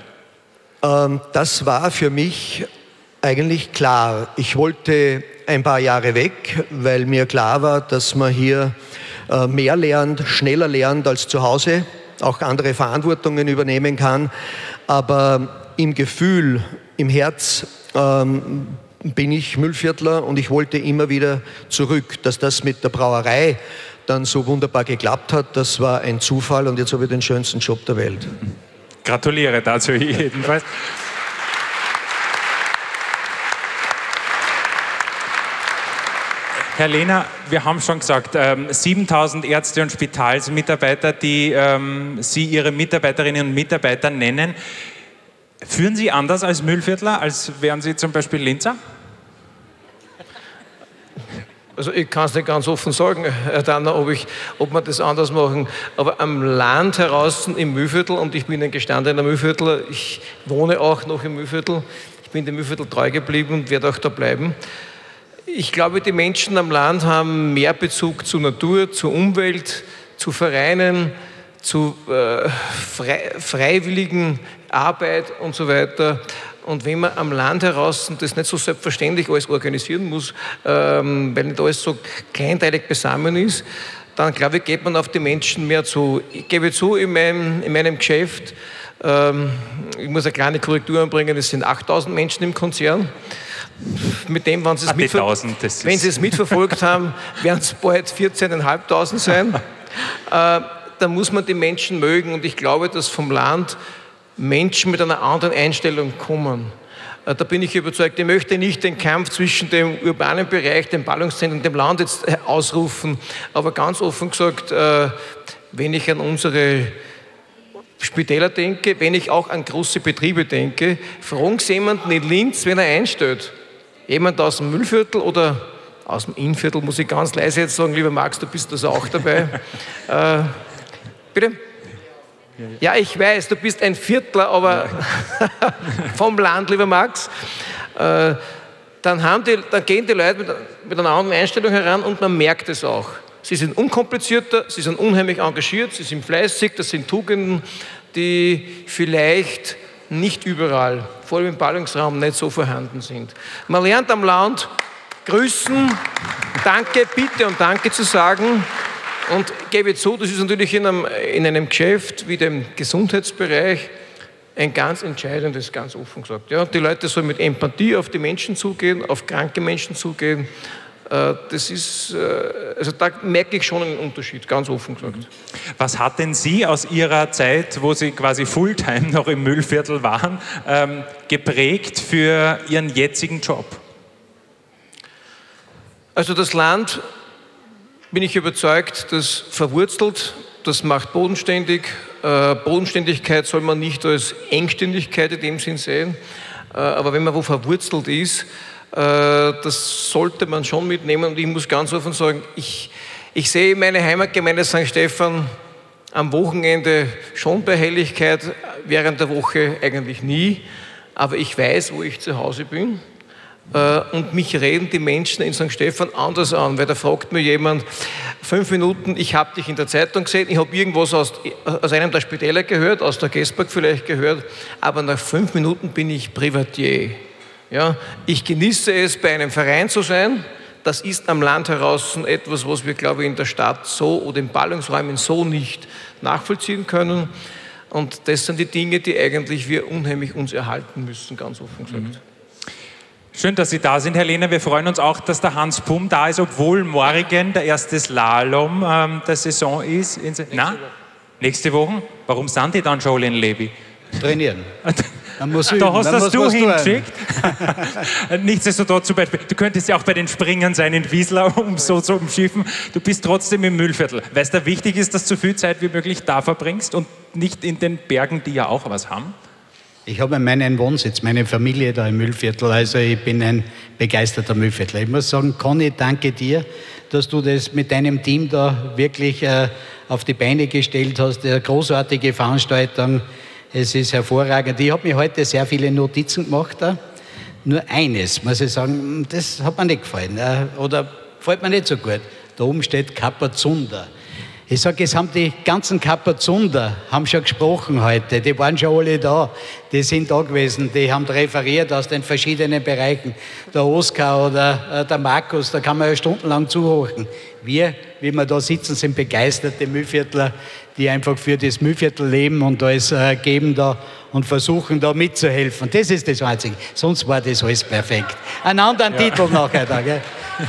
Das war für mich eigentlich klar. Ich wollte ein paar Jahre weg, weil mir klar war, dass man hier mehr lernt, schneller lernt als zu Hause, auch andere Verantwortungen übernehmen kann. Aber im Gefühl, im Herz bin ich Mühlviertler und ich wollte immer wieder zurück. Dass das mit der Brauerei dann so wunderbar geklappt hat, das war ein Zufall und jetzt habe ich den schönsten Job der Welt. Gratuliere dazu jedenfalls. Herr Lehner, wir haben schon gesagt, 7000 Ärzte und Spitalsmitarbeiter, die Sie Ihre Mitarbeiterinnen und Mitarbeiter nennen. Führen Sie anders als Mühlviertler, als wären Sie zum Beispiel Linzer? Also ich kann es nicht ganz offen sagen, Herr Danner, ob wir das anders machen. Aber am Land heraus im Mühlviertel, und ich bin ein gestandener Mühlviertler, ich wohne auch noch im Mühlviertel, ich bin dem Mühlviertel treu geblieben und werde auch da bleiben. Ich glaube, die Menschen am Land haben mehr Bezug zur Natur, zur Umwelt, zu Vereinen, zu freiwilligen Arbeit und so weiter. Und wenn man am Land heraus das nicht so selbstverständlich alles organisieren muss, weil nicht alles so kleinteilig beisammen ist, dann glaube ich, geht man auf die Menschen mehr zu. Ich gebe zu, in meinem Geschäft, ich muss eine kleine Korrektur anbringen, es sind 8.000 Menschen im Konzern. Mit dem, wenn Sie es mitverfolgt haben, werden es bald 14.500 sein. Da muss man die Menschen mögen und ich glaube, dass vom Land Menschen mit einer anderen Einstellung kommen. Da bin ich überzeugt, ich möchte nicht den Kampf zwischen dem urbanen Bereich, dem Ballungszentrum und dem Land jetzt ausrufen, aber ganz offen gesagt, wenn ich an unsere Spitäler denke, wenn ich auch an große Betriebe denke, fragen Sie jemanden in Linz, wenn er einstellt. Jemand aus dem Müllviertel oder aus dem Innviertel, muss ich ganz leise jetzt sagen, lieber Max, du bist also auch dabei. Bitte? Ja, ich weiß, du bist ein Viertler, aber vom Land, lieber Max. Dann gehen die Leute mit einer anderen Einstellung heran und man merkt es auch. Sie sind unkomplizierter, sie sind unheimlich engagiert, sie sind fleißig, das sind Tugenden, die vielleicht nicht überall, vor allem im Ballungsraum, nicht so vorhanden sind. Man lernt am Land grüßen, danke, bitte und danke zu sagen. Und gebe zu, das ist natürlich in einem Geschäft wie dem Gesundheitsbereich ein ganz entscheidendes, ganz offen gesagt. Ja, die Leute sollen mit Empathie auf die Menschen zugehen, auf kranke Menschen zugehen. Das ist, also da merke ich schon einen Unterschied, ganz offen gesagt. Was hat denn Sie aus Ihrer Zeit, wo Sie quasi Fulltime noch im Müllviertel waren, geprägt für Ihren jetzigen Job? Also das Land, bin ich überzeugt, das verwurzelt, das macht bodenständig. Bodenständigkeit soll man nicht als Engständigkeit in dem Sinn sehen, aber wenn man wo verwurzelt ist, das sollte man schon mitnehmen. Und ich muss ganz offen sagen, ich sehe meine Heimatgemeinde St. Stephan am Wochenende schon bei Helligkeit, während der Woche eigentlich nie, aber ich weiß, wo ich zu Hause bin. Und mich reden die Menschen in St. Stephan anders an, weil da fragt mir jemand, 5 Minuten, ich habe dich in der Zeitung gesehen, ich habe irgendwas aus einem der Spitäler gehört, aus der Gesberg vielleicht gehört, aber nach 5 Minuten bin ich Privatier. Ja, ich genieße es, bei einem Verein zu sein. Das ist am Land heraus etwas, was wir, glaube ich, in der Stadt so oder in Ballungsräumen so nicht nachvollziehen können. Und das sind die Dinge, die eigentlich wir unheimlich uns erhalten müssen, ganz offen gesagt. Schön, dass Sie da sind, Herr Lehner. Wir freuen uns auch, dass der Hans Pum da ist, obwohl morgen der erste Slalom der Saison ist. Nächste Woche? Warum sind die dann schon alle in Levi? Trainieren. Da hast du hingeschickt. Nichtsdestotrotz zum Beispiel, du könntest ja auch bei den Springern sein in Wiesla, um so zu umschiffen. Du bist trotzdem im Müllviertel. Weil es da wichtig ist, dass du so viel Zeit wie möglich da verbringst und nicht in den Bergen, die ja auch was haben. Ich habe meinen Wohnsitz, meine Familie da im Müllviertel, also ich bin ein begeisterter Müllviertler. Ich muss sagen, Conny, danke dir, dass du das mit deinem Team da wirklich auf die Beine gestellt hast. Eine großartige Veranstaltung, es ist hervorragend. Ich habe mir heute sehr viele Notizen gemacht. Nur eines, muss ich sagen, das hat mir nicht gefallen oder gefällt mir nicht so gut. Da oben steht Kapazunder. Ich sage, es haben die ganzen Kapazunder haben schon gesprochen heute, die waren schon alle da, die sind da gewesen, die haben referiert aus den verschiedenen Bereichen. Der Oskar oder der Markus, da kann man ja stundenlang zuhören. Wir, wie wir da sitzen, sind begeisterte Müllviertler, die einfach für das Müllviertel leben und alles geben da und versuchen da mitzuhelfen. Das ist das Einzige, sonst war das alles perfekt. Einen anderen Titel nachher da, gell?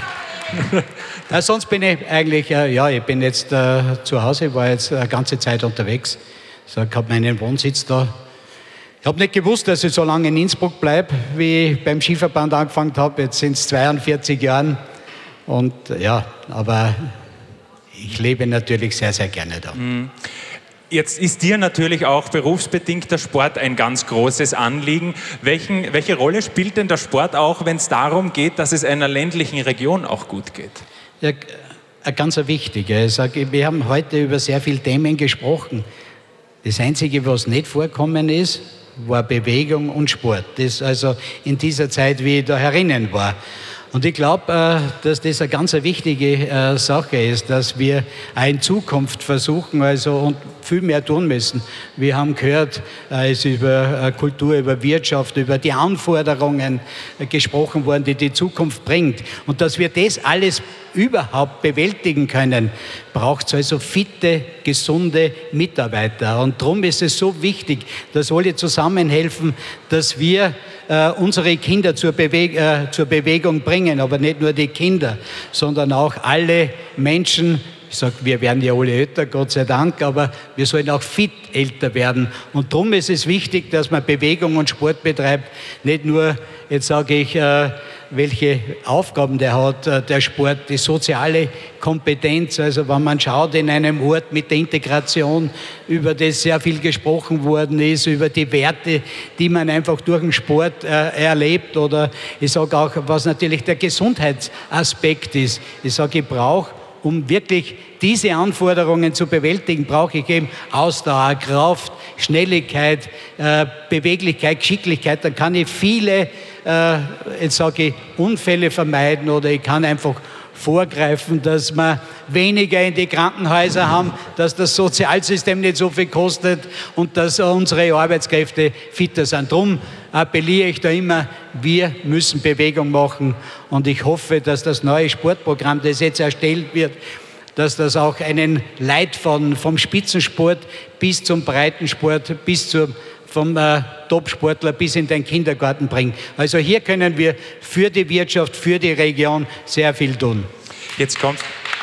Sonst bin ich eigentlich, ich bin jetzt zu Hause, war jetzt eine ganze Zeit unterwegs. Ich habe meinen Wohnsitz da. Ich habe nicht gewusst, dass ich so lange in Innsbruck bleibe, wie ich beim Skiverband angefangen habe. Jetzt sind es 42 Jahre. Und aber ich lebe natürlich sehr, sehr gerne da. Jetzt ist dir natürlich auch berufsbedingt der Sport ein ganz großes Anliegen. Welche Rolle spielt denn der Sport auch, wenn es darum geht, dass es einer ländlichen Region auch gut geht? Ja, eine ganz wichtige. Wir haben heute über sehr viele Themen gesprochen. Das Einzige, was nicht vorkommen ist, war Bewegung und Sport. Das also in dieser Zeit, wie ich da herinnen war. Und ich glaube, dass das eine ganz wichtige Sache ist, dass wir auch in Zukunft versuchen und viel mehr tun müssen. Wir haben gehört, es ist über Kultur, über Wirtschaft, über die Anforderungen gesprochen worden, die Zukunft bringt. Und dass wir das alles überhaupt bewältigen können, braucht es also fitte, gesunde Mitarbeiter. Und darum ist es so wichtig, dass alle zusammenhelfen, dass wir unsere Kinder zur Bewegung bringen. Aber nicht nur die Kinder, sondern auch alle Menschen. Ich sage, wir werden ja alle älter, Gott sei Dank, aber wir sollen auch fit älter werden. Und darum ist es wichtig, dass man Bewegung und Sport betreibt. Nicht nur, jetzt sage ich, welche Aufgaben der hat, der Sport, die soziale Kompetenz. Also wenn man schaut in einem Ort mit der Integration, über das sehr viel gesprochen worden ist, über die Werte, die man einfach durch den Sport erlebt. Oder ich sage auch, was natürlich der Gesundheitsaspekt ist. Ich sage, ich brauche, um wirklich diese Anforderungen zu bewältigen, brauche ich eben Ausdauer, Kraft, Schnelligkeit, Beweglichkeit, Geschicklichkeit. Dann kann ich viele, jetzt sage ich, Unfälle vermeiden oder ich kann einfach vorgreifen, dass wir weniger in die Krankenhäuser haben, dass das Sozialsystem nicht so viel kostet und dass unsere Arbeitskräfte fitter sind. Darum appelliere ich da immer, wir müssen Bewegung machen und ich hoffe, dass das neue Sportprogramm, das jetzt erstellt wird, dass das auch einen Leitfaden vom Spitzensport bis zum Breitensport, vom Topsportler bis in den Kindergarten bringt. Also hier können wir für die Wirtschaft, für die Region sehr viel tun. Jetzt kommt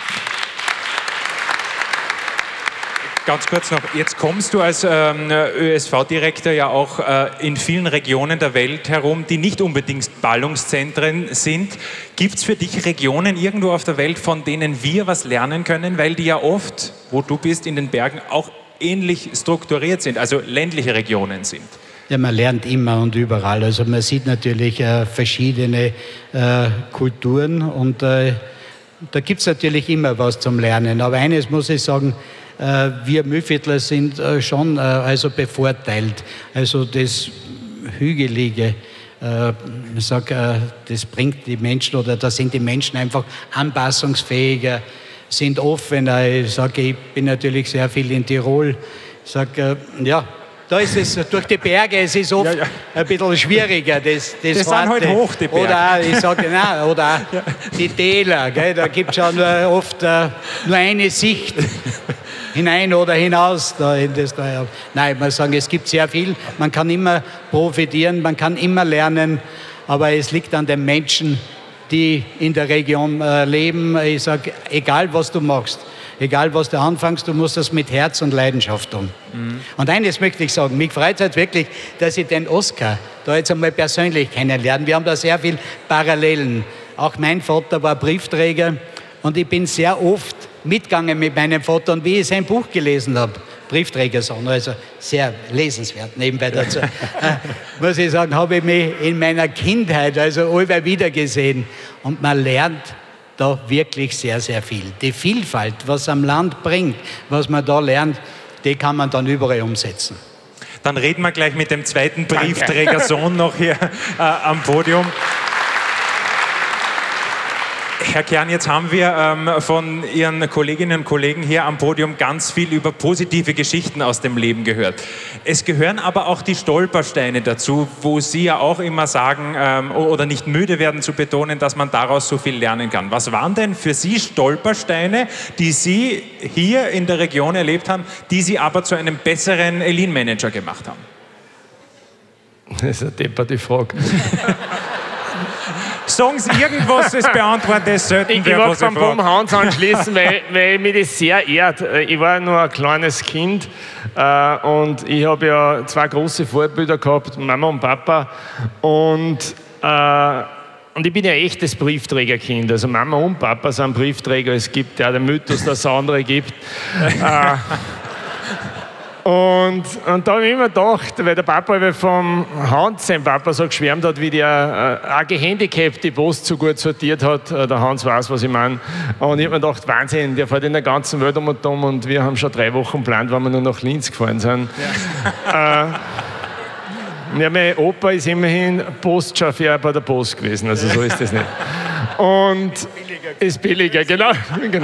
ganz kurz noch, jetzt kommst du als ÖSV-Direktor ja auch in vielen Regionen der Welt herum, die nicht unbedingt Ballungszentren sind. Gibt es für dich Regionen irgendwo auf der Welt, von denen wir was lernen können, weil die ja oft, wo du bist, in den Bergen auch ähnlich strukturiert sind, also ländliche Regionen sind? Ja, man lernt immer und überall. Also man sieht natürlich verschiedene Kulturen und da gibt es natürlich immer was zum Lernen. Aber eines muss ich sagen, wir Mühlviertler sind schon also bevorteilt. Also das Hügelige, ich sage, das bringt die Menschen oder da sind die Menschen einfach anpassungsfähiger, sind offener. Ich sage, ich bin natürlich sehr viel in Tirol. Ich sage, ja, da ist es durch die Berge, es ist oft ein bisschen schwieriger. Das sind halt hoch, die Berge. Oder ich sage, nein, oder die Täler, gell, da gibt es schon oft nur eine Sicht hinein oder hinaus. Da in das, da. Nein, man sagen, es gibt sehr viel. Man kann immer profitieren, man kann immer lernen, aber es liegt an den Menschen, die in der Region leben. Ich sage, egal was du machst, egal was du anfängst, du musst das mit Herz und Leidenschaft tun. Mhm. Und eines möchte ich sagen, mich freut es halt wirklich, dass ich den Oskar da jetzt einmal persönlich kennenlerne. Wir haben da sehr viele Parallelen. Auch mein Vater war Briefträger und ich bin sehr oft mitgegangen mit meinem Vater und wie ich sein Buch gelesen habe, Briefträgersohn, also sehr lesenswert nebenbei dazu, muss ich sagen, habe ich mich in meiner Kindheit also allweil wieder gesehen und man lernt da wirklich sehr, sehr viel. Die Vielfalt, was am Land bringt, was man da lernt, die kann man dann überall umsetzen. Dann reden wir gleich mit dem zweiten Briefträgersohn noch hier am Podium. Herr Kern, jetzt haben wir von Ihren Kolleginnen und Kollegen hier am Podium ganz viel über positive Geschichten aus dem Leben gehört. Es gehören aber auch die Stolpersteine dazu, wo Sie ja auch immer sagen oder nicht müde werden zu betonen, dass man daraus so viel lernen kann. Was waren denn für Sie Stolpersteine, die Sie hier in der Region erlebt haben, die Sie aber zu einem besseren Lean-Manager gemacht haben? Das ist eine depperte Frage. Sagen Sie irgendwas, das beantwortet selten. Ich mag beim Bob Hans anschließen, weil mich das sehr ehrt. Ich war nur ein kleines Kind und ich habe ja zwei große Vorbilder gehabt, Mama und Papa. Und ich bin ja echtes Briefträgerkind. Also Mama und Papa sind Briefträger. Es gibt ja den Mythos, dass es andere gibt. Und da habe ich immer gedacht, weil der Papa vom Hans, sein Papa, so geschwärmt hat, wie der auch gehandicapte Post so gut sortiert hat. Der Hans weiß, was ich meine. Und ich habe mir gedacht, Wahnsinn, der fährt in der ganzen Welt um und wir haben schon 3 Wochen geplant, weil wir nur nach Linz gefahren sind. Ja. Ja, mein Opa ist immerhin Postchauffeur bei der Post gewesen, also so ist das nicht. Und ist billiger, genau.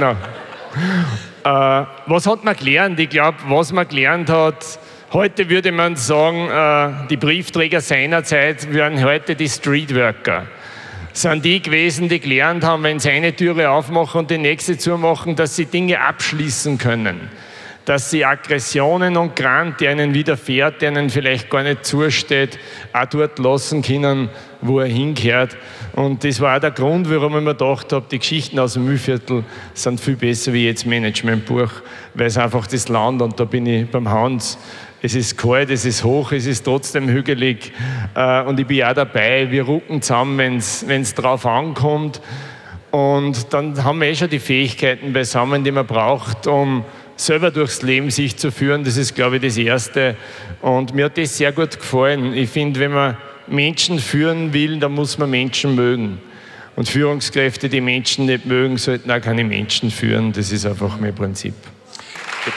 Was hat man gelernt? Ich glaube, was man gelernt hat, heute würde man sagen, die Briefträger seinerzeit wären heute die Streetworker. Sind die gewesen, die gelernt haben, wenn sie eine Türe aufmachen und die nächste zumachen, dass sie Dinge abschließen können. Dass sie Aggressionen und Grant, der ihnen widerfährt, der ihnen vielleicht gar nicht zusteht, auch dort lassen können, wo er hingehört. Und das war auch der Grund, warum ich mir gedacht habe, die Geschichten aus dem Mühlviertel sind viel besser wie jetzt Managementbuch, weil es einfach das Land, und da bin ich beim Hans, es ist kalt, es ist hoch, es ist trotzdem hügelig und ich bin auch dabei, wir rucken zusammen, wenn es drauf ankommt, und dann haben wir schon die Fähigkeiten beisammen, die man braucht, um selber durchs Leben sich zu führen. Das ist, glaube ich, das Erste, und mir hat das sehr gut gefallen. Ich finde, wenn man Menschen führen will, dann muss man Menschen mögen, und Führungskräfte, die Menschen nicht mögen, sollten auch keine Menschen führen. Das ist einfach mein Prinzip. Bitte.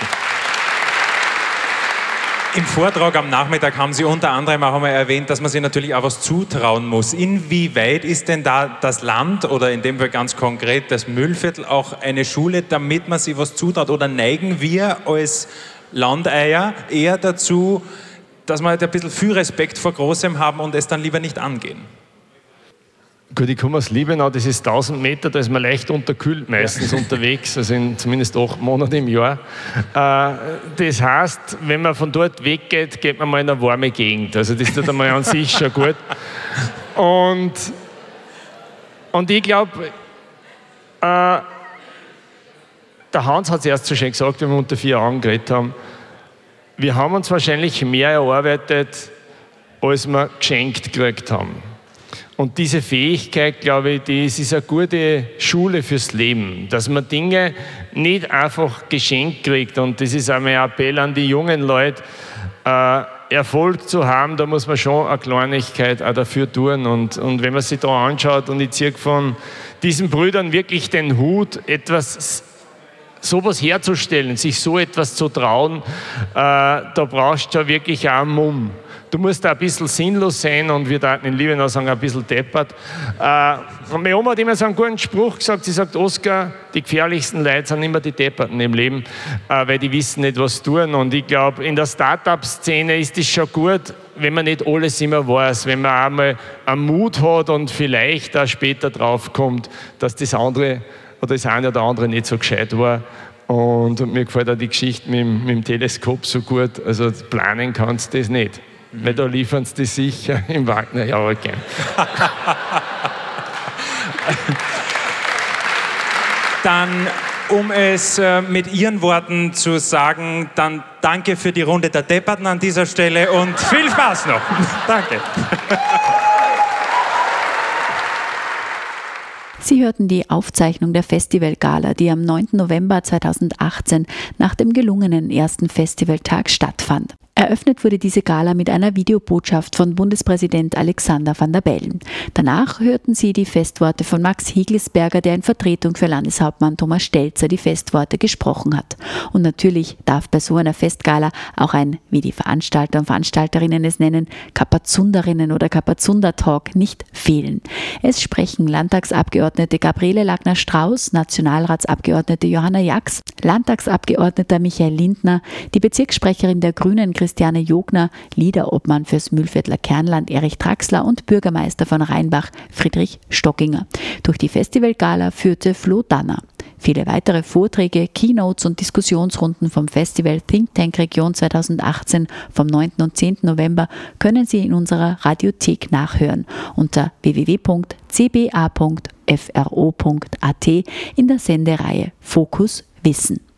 Im Vortrag am Nachmittag haben Sie unter anderem auch einmal erwähnt, dass man sich natürlich auch was zutrauen muss. Inwieweit ist denn da das Land oder in dem Fall ganz konkret das Mühlviertel auch eine Schule, damit man sich was zutraut? Oder neigen wir als Landeier eher dazu, dass wir halt ein bisschen viel Respekt vor Großem haben und es dann lieber nicht angehen? Gut, ich komme aus Liebenau, das ist 1000 Meter, da ist man leicht unterkühlt meistens unterwegs, also in zumindest 8 Monaten im Jahr. Das heißt, wenn man von dort weggeht, geht man mal in eine warme Gegend. Also das tut einmal an sich schon gut. Und ich glaube, der Hans hat es erst so schön gesagt, wenn wir unter 4 Augen geredet haben, wir haben uns wahrscheinlich mehr erarbeitet, als wir geschenkt gekriegt haben. Und diese Fähigkeit, glaube ich, das ist eine gute Schule fürs Leben, dass man Dinge nicht einfach geschenkt kriegt. Und das ist auch mein Appell an die jungen Leute, Erfolg zu haben, da muss man schon eine Kleinigkeit auch dafür tun. Und wenn man sich da anschaut, und ich ziehe von diesen Brüdern wirklich den Hut, sowas herzustellen, sich so etwas zu trauen, da brauchst du ja wirklich auch einen Mumm. Du musst da ein bisschen sinnlos sein, und wir da in Liebenau sagen, ein bisschen deppert. Und meine Oma hat immer so einen guten Spruch gesagt, sie sagt, Oskar, die gefährlichsten Leute sind immer die Depperten im Leben, weil die wissen nicht, was tun. Und ich glaube, in der Start-up-Szene ist es schon gut, wenn man nicht alles immer weiß, wenn man einmal einen Mut hat und vielleicht auch später draufkommt, dass das andere oder das eine oder andere nicht so gescheit war. Und mir gefällt auch die Geschichte mit dem Teleskop so gut, also planen kannst du das nicht. Weil da liefern sie das sicher im Wagner Jahre gern. Dann, um es mit Ihren Worten zu sagen, dann danke für die Runde der Depperten an dieser Stelle und viel Spaß noch. Danke. Sie hörten die Aufzeichnung der Festivalgala, die am 9. November 2018 nach dem gelungenen ersten Festivaltag stattfand. Eröffnet wurde diese Gala mit einer Videobotschaft von Bundespräsident Alexander Van der Bellen. Danach hörten Sie die Festworte von Max Hiegelsberger, der in Vertretung für Landeshauptmann Thomas Stelzer die Festworte gesprochen hat. Und natürlich darf bei so einer Festgala auch ein, wie die Veranstalter und Veranstalterinnen es nennen, Kapazunderinnen oder Kapazunder-Talk nicht fehlen. Es sprechen Landtagsabgeordnete Gabriele Lagner-Strauß, Nationalratsabgeordnete Johanna Jax, Landtagsabgeordneter Michael Lindner, die Bezirkssprecherin der Grünen Christiane Jogner, Leaderobmann fürs Mühlviertler Kernland Erich Traxler und Bürgermeister von Rheinbach Friedrich Stockinger. Durch die Festivalgala führte Flo Danner. Viele weitere Vorträge, Keynotes und Diskussionsrunden vom Festival Think Tank Region 2018 vom 9. und 10. November können Sie in unserer Radiothek nachhören unter www.cba.fro.at in der Sendereihe Fokus Wissen.